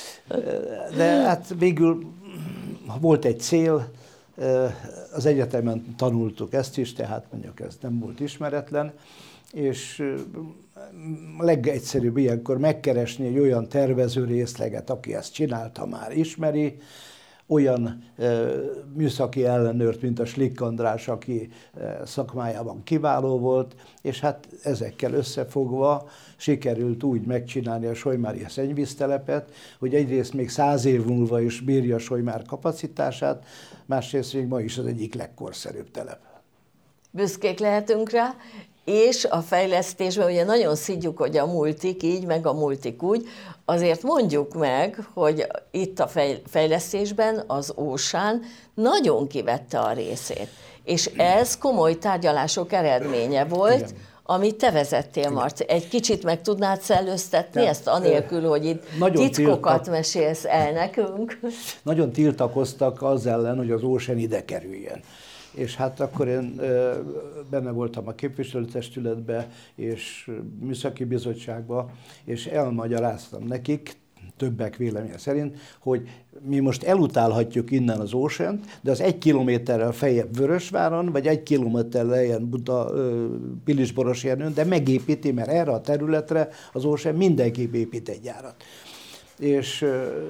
De hát végül volt egy cél, az egyetemen tanultuk ezt is, tehát mondjuk ez nem volt ismeretlen, és legegyszerűbb ilyenkor megkeresni egy olyan tervező részleget, aki ezt csinálta, már ismeri, olyan műszaki ellenőrt, mint a Slick András, aki szakmájában kiváló volt, és hát ezekkel összefogva sikerült úgy megcsinálni a solymári szennyvíztelepet, hogy egyrészt még 100 év múlva is bírja a Solymár kapacitását, másrészt még ma is az egyik legkorszerűbb telep. Büszkék lehetünk rá, és a fejlesztésben ugye nagyon szidjuk, hogy a multik így, meg a multik úgy, azért mondjuk meg, hogy itt a fejlesztésben az Ósán nagyon kivette a részét. És ez komoly tárgyalások eredménye volt, igen, amit te vezettél, Marci. Egy kicsit meg tudnád szellőztetni ezt, anélkül, hogy itt titkokat mesélsz el nekünk? Nagyon tiltakoztak az ellen, hogy az Ósán ide kerüljen. És hát akkor én benne voltam a képviselőtestületbe és műszaki bizottságba, és elmagyaráztam nekik, többek véleménye szerint, hogy mi most elutálhatjuk innen az Ósánt, de az 1 kilométerrel feljebb Vörösváron, vagy 1 kilométerrel lejjebb Pilisborosjernőn, de megépíti, mert erre a területre az Ósán mindenképp épít egy gyárat. És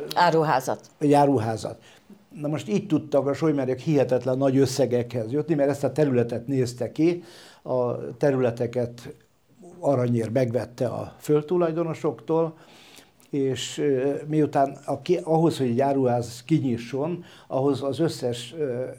áruházat. Na most így tudtak a solymáriak hihetetlen nagy összegekhez jutni, mert ezt a területet nézte ki, a területeket Aranyér megvette a földtulajdonosoktól, és miután ahhoz, hogy egy áruház kinyisson, ahhoz az összes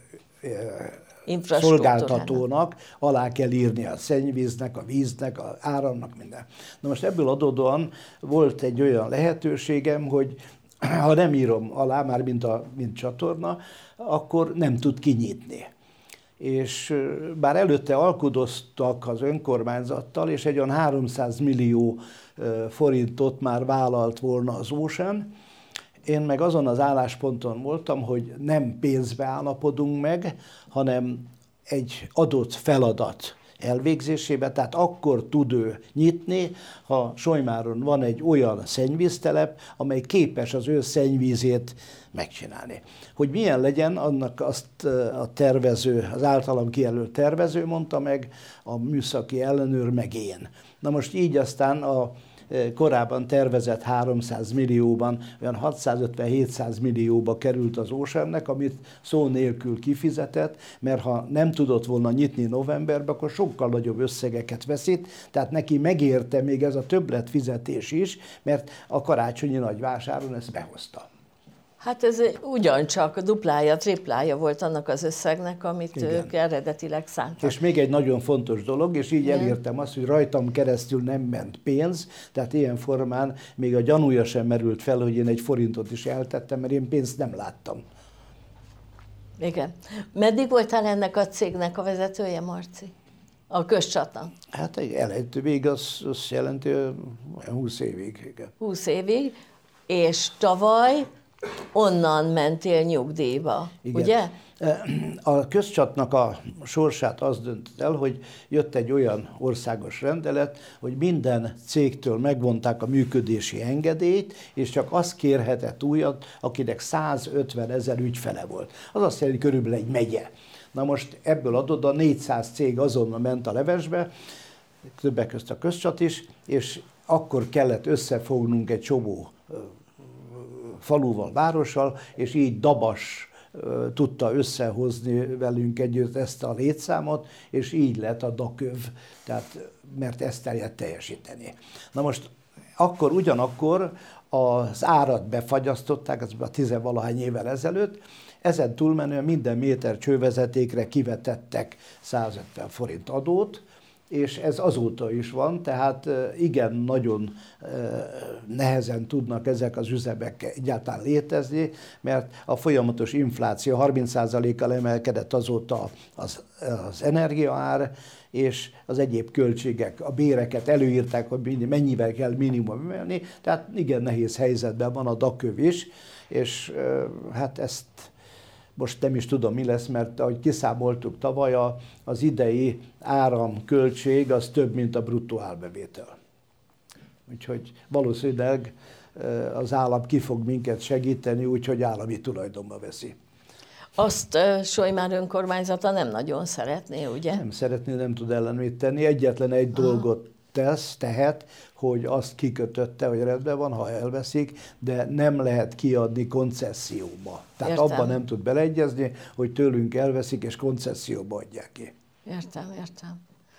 szolgáltatónak alá kell írni a szennyvíznek, a víznek, az áramnak, minden. Na most ebből adódóan volt egy olyan lehetőségem, hogy ha nem írom alá, már mint csatorna, akkor nem tud kinyitni. És bár előtte alkudoztak az önkormányzattal, és egy olyan 300 millió forintot már vállalt volna az Ósán, én meg azon az állásponton voltam, hogy nem pénzbe állapodunk meg, hanem egy adott feladat, elvégzésébe, tehát akkor tud ő nyitni, ha Solymáron van egy olyan szennyvíztelep, amely képes az ő szennyvízét megcsinálni. Hogy milyen legyen, annak azt a tervező, az általam kijelölt tervező mondta meg, a műszaki ellenőr meg én. Na most így aztán a korábban tervezett 300 millióban, olyan 650-700 millióba került az Oceannek, amit szó nélkül kifizetett, mert ha nem tudott volna nyitni novemberben, akkor sokkal nagyobb összegeket veszít, tehát neki megérte még ez a többletfizetés is, mert a karácsonyi nagyvásáron ezt behozta. Hát ez ugyancsak duplája, triplája volt annak az összegnek, amit Igen. ők eredetileg szántak. És még egy nagyon fontos dolog, és így elértem azt, hogy rajtam keresztül nem ment pénz, tehát ilyen formán még a gyanúja sem merült fel, hogy én egy forintot is eltettem, mert én pénzt nem láttam. Igen. Meddig voltál ennek a cégnek a vezetője, Marci? A közcsatnak? Hát egy elejtővég az jelenti 20 évig. Igen. 20 évig, és tavaly onnan mentél nyugdíjba, Igen. ugye? A közcsatnak a sorsát az döntött el, hogy jött egy olyan országos rendelet, hogy minden cégtől megvonták a működési engedélyt, és csak az kérhetett újat, akinek 150 000 ügyfele volt. Az azt jelenti, körülbelül egy megye. Na most ebből adódva 400 cég azonnal ment a levesbe, többek közt a közcsat is, és akkor kellett összefognunk egy csomó faluval, várossal, és így Dabas tudta összehozni velünk együtt ezt a létszámot, és így lett a DAKÖV, tehát, mert ezt kellett teljesíteni. Na most ugyanakkor az árat befagyasztották, ez a 10-valahány évvel ezelőtt, ezen túlmenően minden méter csővezetékre kivetettek 150 forint adót, és ez azóta is van, tehát igen, nagyon nehezen tudnak ezek az üzemek egyáltalán létezni, mert a folyamatos infláció 30%-kal emelkedett azóta az energiaár, és az egyéb költségek, a béreket előírták, hogy mennyivel kell minimum emelni, tehát igen nehéz helyzetben van a DAKÖV is, és hát ezt most nem is tudom, mi lesz, mert ahogy kiszámoltuk tavaly, az idei áramköltség az több, mint a bruttó árbevétel. Úgyhogy valószínűleg az állam ki fog minket segíteni, úgyhogy állami tulajdonba veszi. Azt Solymár önkormányzata nem nagyon szeretné, ugye? Nem szeretné, nem tud ellenét tenni. Egyetlen egy dolgot tehet, hogy azt kikötötte, hogy rendben van, ha elveszik, de nem lehet kiadni koncesszióba. Tehát Értem. abban nem tud beleegyezni, hogy tőlünk elveszik és koncesszióba adják ki. Értem.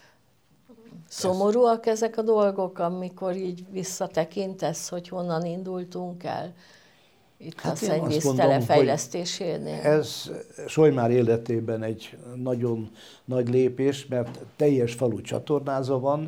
Szomorúak ezek a dolgok, amikor így visszatekintesz, hogy honnan indultunk el itt a szennyvíztele fejlesztésénél? Ez Solymár életében egy nagyon nagy lépés, mert teljes falu csatornáza van.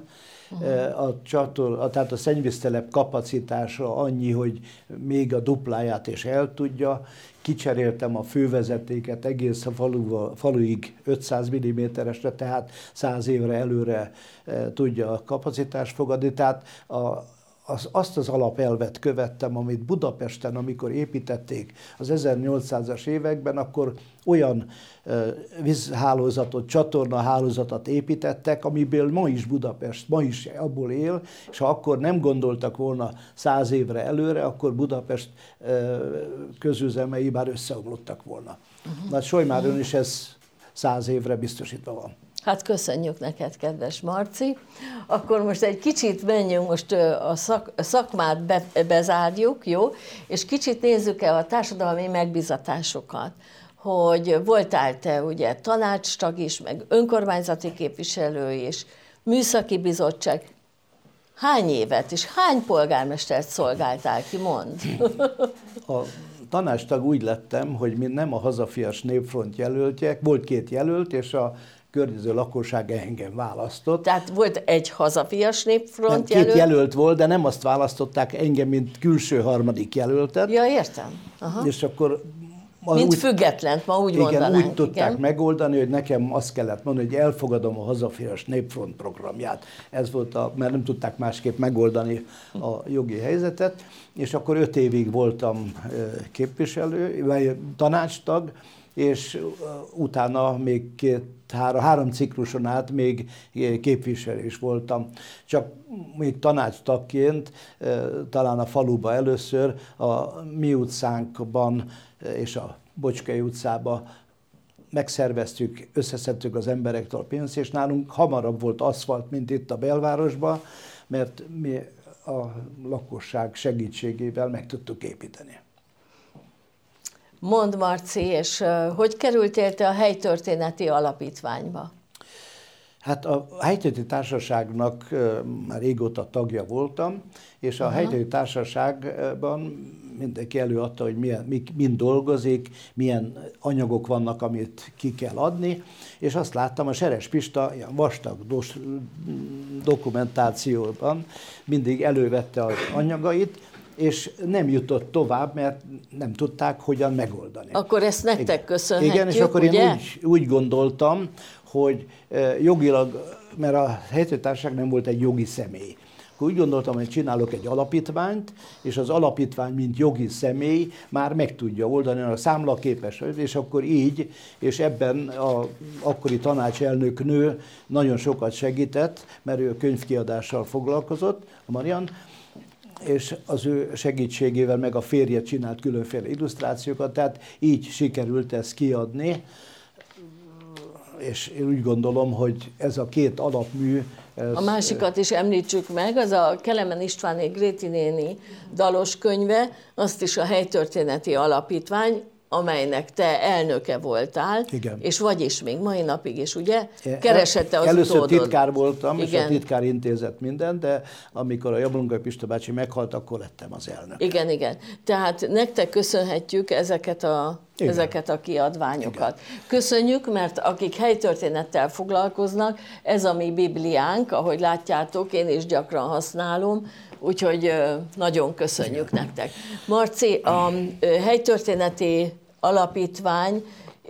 Tehát a szennyvíztelep kapacitása annyi, hogy még a dupláját is el tudja. Kicseréltem a fővezetéket egész a faluig 500 mm-esre, tehát 100 évre előre tudja a kapacitást fogadni. Tehát azt az alapelvet követtem, amit Budapesten, amikor építették az 1800-as években, akkor olyan vízhálózatot, csatornahálózatot építettek, amiből ma is Budapest, ma is abból él, és ha akkor nem gondoltak volna 100 évre előre, akkor Budapest közüzemei már összeomlottak volna. Na, Solymáron is ez 100 évre biztosítva van. Hát köszönjük neked, kedves Marci. Akkor most egy kicsit menjünk, most a szakmát bezárjuk, jó? És kicsit nézzük el a társadalmi megbizatásokat, hogy voltál te ugye tanácstag is, meg önkormányzati képviselő is, műszaki bizottság. Hány évet és hány polgármestert szolgáltál ki, mondd? A tanácstag úgy lettem, hogy mi nem a Hazafias Népfront jelöltjek, volt 2 jelölt, és a környező lakosság engem választott. Tehát volt egy Hazafias Népfront jelölt? 2 jelölt volt, de nem azt választották engem, mint külső harmadik jelöltet. Ja, értem. Aha. És akkor mint függetlent, ma úgy mondanánk. Igen, úgy tudták megoldani, hogy nekem azt kellett mondani, hogy elfogadom a Hazafias Népfront programját. Ez volt mert nem tudták másképp megoldani a jogi helyzetet, és akkor 5 évig voltam képviselő, vagy tanácstag, és utána még három cikluson át még képviselő is voltam. Csak még tanácstagként, talán a faluba először, a mi utcánkban és a Bocskai utcában megszerveztük, összeszedtük az emberektől a pénzt, és nálunk hamarabb volt aszfalt, mint itt a belvárosban, mert mi a lakosság segítségével meg tudtuk építeni. Mondd, Marci, és hogy kerültél te a Helytörténeti Alapítványba? Hát a Helytörténeti Társaságnak már régóta tagja voltam, és a Helytörténeti Társaságban mindenki előadta, hogy mind dolgozik, milyen anyagok vannak, amit ki kell adni, és azt láttam, a Seres Pista ilyen vastag dokumentációban mindig elővette az anyagait, és nem jutott tovább, mert nem tudták, hogyan megoldani. Akkor ezt nektek köszönhetjük, igen, és akkor ugye? én úgy gondoltam, hogy jogilag, mert a Helytörténeti Társaság nem volt egy jogi személy, akkor úgy gondoltam, hogy csinálok egy alapítványt, és az alapítvány, mint jogi személy már meg tudja oldani, a számlaképes, és akkor így, és ebben az akkori tanácselnök nő nagyon sokat segített, mert ő könyvkiadással foglalkozott, a Marian, és az ő segítségével meg a férje csinált különféle illusztrációkat, tehát így sikerült ezt kiadni, és én úgy gondolom, hogy ez a két alapmű... A másikat is említsük meg, az a Kelemen Istváné Gréti néni dalos könyve, azt is a Helytörténeti Alapítvány, amelynek te elnöke voltál, igen. És vagy is még mai napig is, ugye? Keresette az először utódod. Titkár voltam, igen. És a titkár intézett mindent, de amikor a Jablonkai Pista bácsi meghalt, akkor lettem az elnök. Igen, igen. Tehát nektek köszönhetjük ezeket a kiadványokat. Igen. Köszönjük, mert akik helytörténettel foglalkoznak, ez a mi bibliánk, ahogy látjátok, én is gyakran használom, úgyhogy nagyon köszönjük nektek. Marci, a Helytörténeti Alapítvány,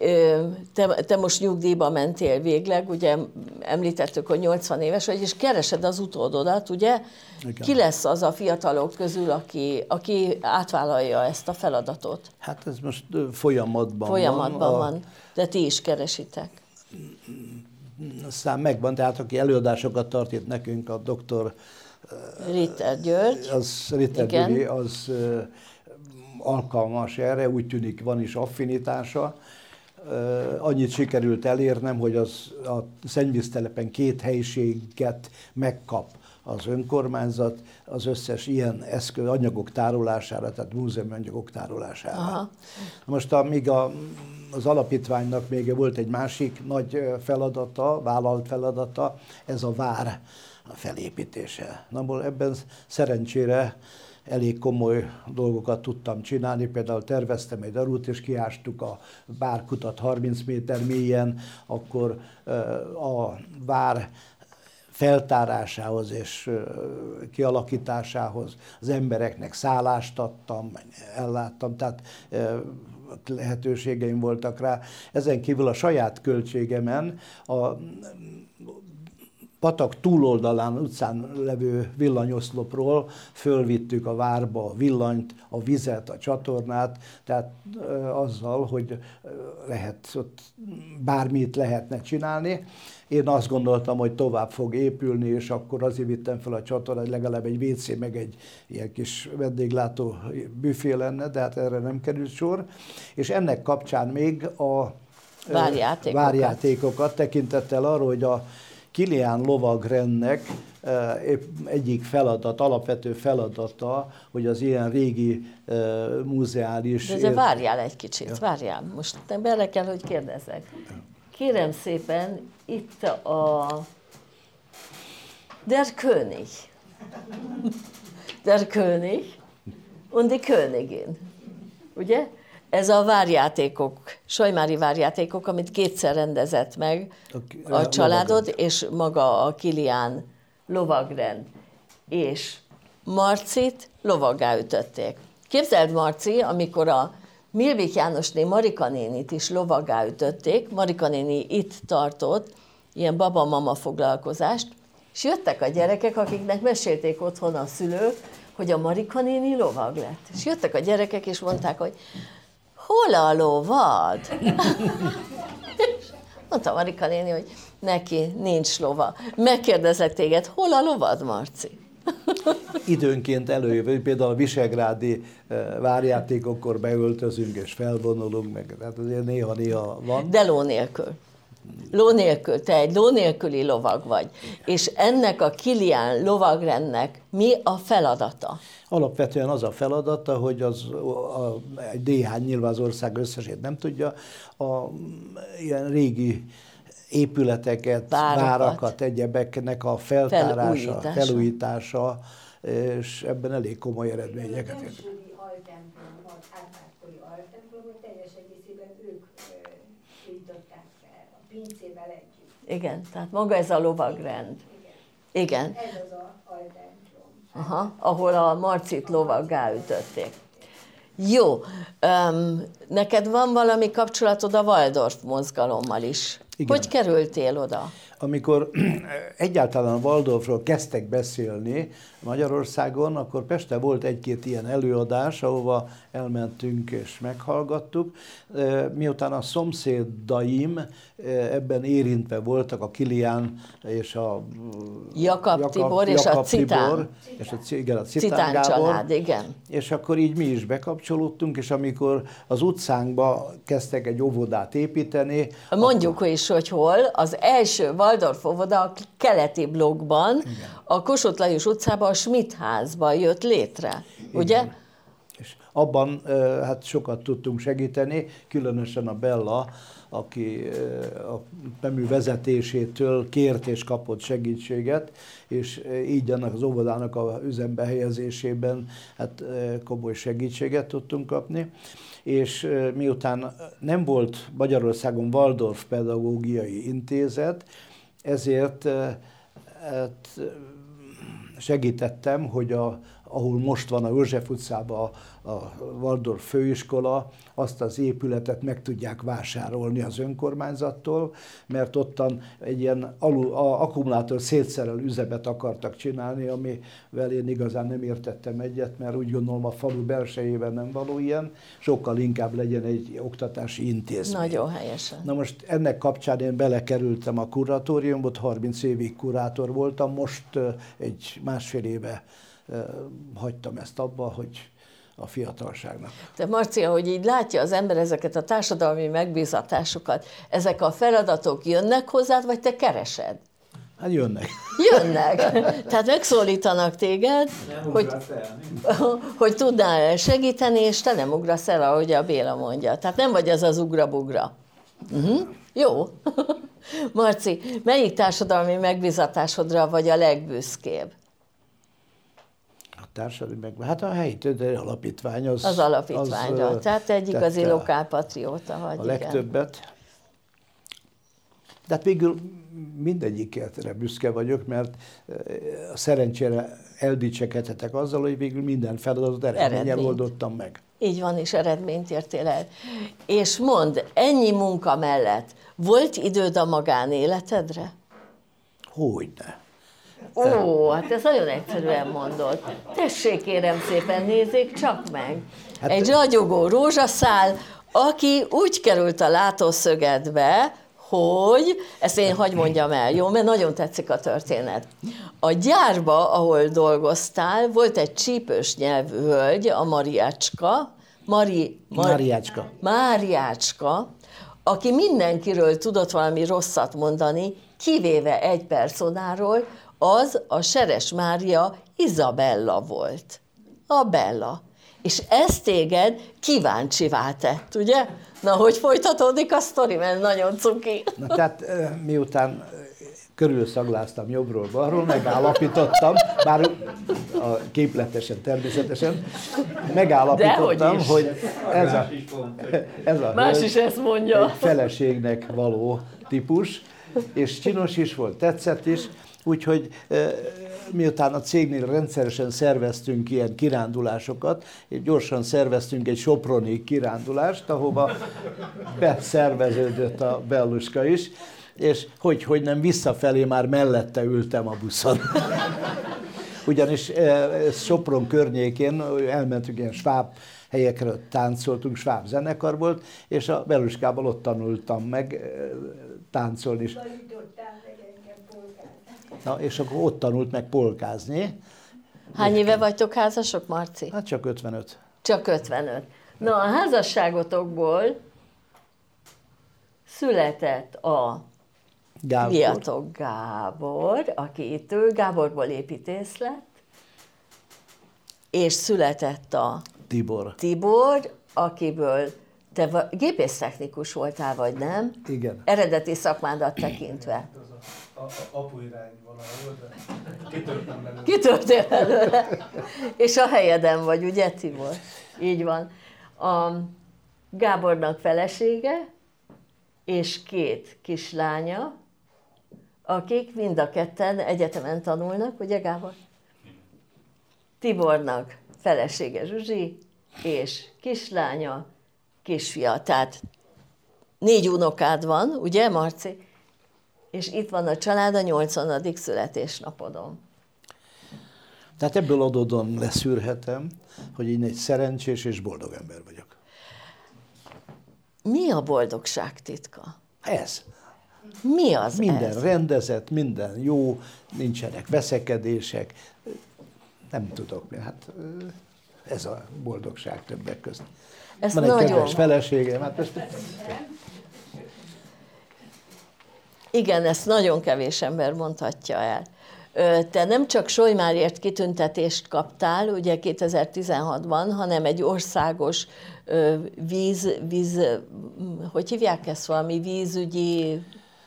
te most nyugdíjba mentél végleg, ugye említettük, hogy 80 éves vagy, és keresed az utódodat, ugye? Igen. Ki lesz az a fiatalok közül, aki átvállalja ezt a feladatot? Hát ez most folyamatban van. De ti is keresitek. Aztán megvan, tehát aki előadásokat tart itt nekünk, a doktor Ritter György. Ritter György, az alkalmas erre, úgy tűnik van is affinitása. Annyit sikerült elérnem, hogy a szennyvíztelepen 2 helyiséget megkap az önkormányzat az összes ilyen anyagok tárolására, tehát múzeumi anyagok tárolására. Aha. Most amíg az alapítványnak még volt egy másik nagy feladata, vállalt feladata, ez a vár felépítése. Na, ebben szerencsére elég komoly dolgokat tudtam csinálni, például terveztem egy darút, és kiástuk a várkutat 30 méter mélyen, akkor a vár feltárásához és kialakításához az embereknek szállást adtam, elláttam, tehát lehetőségeim voltak rá. Ezen kívül a saját költségemen a patak túloldalán, utcán levő villanyoszlopról fölvittük a várba a villanyt, a vizet, a csatornát, tehát azzal, hogy ott bármit lehetne csinálni. Én azt gondoltam, hogy tovább fog épülni, és akkor azért vittem fel a csatornát, legalább egy WC, meg egy ilyen kis vendéglátó büfé lenne, de hát erre nem került sor. És ennek kapcsán még a várjátékokat tekintettel arra, hogy a Kilián lovagrendnek egyik feladat, alapvető feladata, hogy az ilyen régi múzeális... De várjál egy kicsit, várjál. Most bele kell, hogy kérdezzek. Kérem szépen, itt a Der König. Der König und die Königin. Ugye? Ez a várjátékok, solymári várjátékok, amit 2-szer rendezett meg a családod, és maga a Kilián lovagrend. És Marcit lovaggá ütötték. Képzeld, Marci, amikor a Milvik Jánosné Marika nénit is lovaggá ütötték, Marika néni itt tartott ilyen baba-mama foglalkozást, és jöttek a gyerekek, akiknek mesélték otthon a szülők, hogy a Marika néni lovag lett. És jöttek a gyerekek, és mondták, hol a lovad? Mondta Marika néni, hogy neki nincs lova. Megkérdezek téged, hol a lovad, Marci? Időnként előjövő, például a visegrádi várjátékokkor beöltözünk és felvonulunk, meg tehát azért néha-néha van. De ló nélkül. Ló nélkül, te egy ló nélküli lovag vagy. És ennek a Kilián lovagrendnek mi a feladata? Alapvetően az a feladata, hogy egy néhány, nyilván az ország összesét nem tudja, ilyen régi épületeket, várakat, egyebeknek a feltárása, felújítása, és ebben elég komoly eredményeket ért. Árpád-kori altemplomot teljes egészében ők újították fel, a pincével együtt. Igen, tehát maga ez a lovagrend. Igen. Ez az altemplom. Aha, ahol a Marcit lovaggá ütötték. Jó, neked van valami kapcsolatod a Waldorf mozgalommal is. Igen. Hogy kerültél oda? Amikor egyáltalán a Waldorfról kezdtek beszélni Magyarországon, akkor Pesten volt egy-két ilyen előadás, ahova elmentünk és meghallgattuk. Miután a szomszédaim ebben érintve voltak, a Kilián és a Jakab Tibor és a Citán. És a Citán Gábor. család, igen. És akkor így mi is bekapcsolódtunk, és amikor az utcánkba kezdtek egy óvodát építeni. Mondjuk is, hogy hol. Az első Waldorf óvoda a keleti blokkban, igen, a Kossuth Lajos utcában, a Schmidt házban jött létre, ugye? Igen. És abban hát sokat tudtunk segíteni, különösen a Bella, aki a PEMÜ vezetésétől kért és kapott segítséget, és így annak az óvodának a üzembe helyezésében hát komoly segítséget tudtunk kapni. És miután nem volt Magyarországon Waldorf pedagógiai intézet, ezért segítettem, hogy ahol most van a József utcában a Waldorf főiskola, azt az épületet meg tudják vásárolni az önkormányzattól, mert ottan egy ilyen akkumulátor szétszerelő üzemet akartak csinálni, amivel én igazán nem értettem egyet, mert úgy gondolom a falu belsejében nem való ilyen, sokkal inkább legyen egy oktatási intézmény. Nagyon helyesen. Na most ennek kapcsán én belekerültem a kuratóriumba, 30 évig kurátor voltam, most egy másfél éve hagytam ezt abba, hogy a fiatalságnak. Te Marcia, hogy így látja az ember ezeket a társadalmi megbízatásokat, ezek a feladatok jönnek hozzád, vagy te keresed? Hát jönnek. Jönnek. Tehát megszólítanak téged, hogy tudnál segíteni, és te nem ugrasz el, ahogy a Béla mondja. Tehát nem vagy az az ugra-bugra. Jó. Marci, melyik társadalmi megbízatásodra vagy a legbüszkébb? Hát a helyi tőzsdei alapítvány az alapítványra. Tehát egy igazi lokálpatrióta vagy. A legtöbbet. De hát végül mindegyikre büszke vagyok, mert szerencsére eldicsekedhetek azzal, hogy végül minden feladatot eredménnyel oldottam meg. Így van, és eredményt értél el. És mondd, ennyi munka mellett volt időd a magánéletedre? Hogyne. Ó, hát ez nagyon egyszerűen mondod. Tessék, kérem szépen, nézzék csak meg. Hát egy ragyogó rózsaszál, aki úgy került a látószögedbe, hogy, ezt én hadd mondjam el, jó, mert nagyon tetszik a történet. A gyárba, ahol dolgoztál, volt egy csípős nyelvű hölgy, a Máriácska, aki mindenkiről tudott valami rosszat mondani, kivéve egy personáról, az a Seres Mária Izabella volt. A Bella. És ez téged kíváncsivá tett, ugye? Na, hogy folytatódik a sztori, mert nagyon cuki. Na, tehát miután körülszagláztam jobbról-balról, megállapítottam, bár képletesen, természetesen, megállapítottam, hogy ez a más is ezt mondja. Egy feleségnek való típus, és csinos is volt, tetszett is, úgyhogy miután a cégnél rendszeresen szerveztünk ilyen kirándulásokat, gyorsan szerveztünk egy soproni kirándulást, ahova beszerveződött a Belluska is, és hogy nem visszafelé már mellette ültem a buszon. ugyanis Sopron környékén elmentünk ilyen sváb helyekre, táncoltunk, sváb zenekar volt, és a Veluskában ott tanultam meg táncolni is. Tanítottál meg engem polgázni. Na, és akkor ott tanult meg polkázni. Hány éve vagytok házasok, Marci? Hát csak 55. Csak 55. Na, a házasságotokból született a fiatok Gábor, aki itt ül, Gáborból építész lett, és született a Tibor, akiből te gépésztechnikus voltál, vagy nem? Igen. Eredeti szakmádat tekintve. Apu irányvonal volt, de kitörtem belőle. Kitörtél belőle. És a helyeden vagy, ugye, Tibor? Így van. A Gábornak felesége és 2 kislánya, akik mind a ketten egyetemen tanulnak, ugye, Gábor? Tibornak felesége Zsuzsi, és kislánya, kisfia. Tehát 4 unokád van, ugye, Marci? És itt van a család a 80. születésnapodon. Tehát ebből adódóan leszűrhetem, hogy én egy szerencsés és boldog ember vagyok. Mi a boldogság titka? Ez. Mi az Minden ez? rendezett, minden jó, nincsenek veszekedések, nem tudok, hát ez a boldogság többek között. Ez van egy nagyon... kedves feleségem, hát ezt... Igen, ezt nagyon kevés ember mondhatja el. Te nem csak Solymárért kitüntetést kaptál, ugye 2016-ban, hanem egy országos hogy hívják ezt, valami vízügyi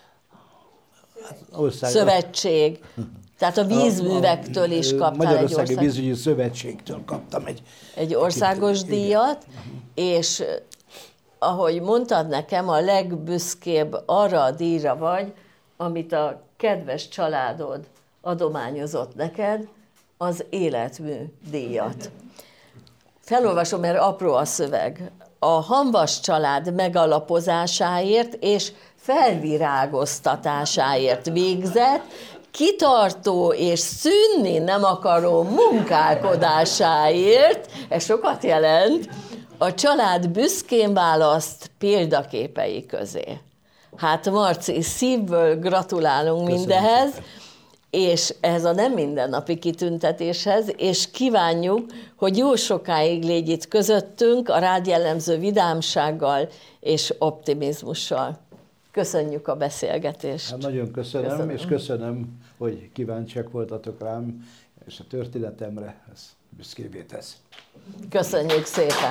szövetség. Tehát a vízművektől is kaptál Magyarországi Vízügyi Szövetségtől kaptam egy országos díjat, és ahogy mondtad nekem, a legbüszkébb arra a díjra vagy, amit a kedves családod adományozott neked, az életmű díjat. Felolvasom, mert apró a szöveg. A Hamvas család megalapozásáért és felvirágoztatásáért végzett, kitartó és szűnni nem akaró munkálkodásáért, ez sokat jelent, a család büszkén választ példaképei közé. Hát Marci, szívből gratulálunk mindehez, és ez a nem mindennapi kitüntetéshez, és kívánjuk, hogy jó sokáig légy itt közöttünk a rád jellemző vidámsággal és optimizmussal. Köszönjük a beszélgetést. Hát nagyon köszönöm, és köszönöm, hogy kíváncsiak voltatok rám, és a történetemre, ez büszkévé tesz. Köszönjük szépen!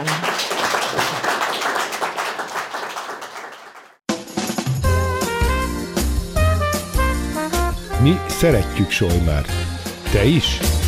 Mi szeretjük Solymárt. Te is?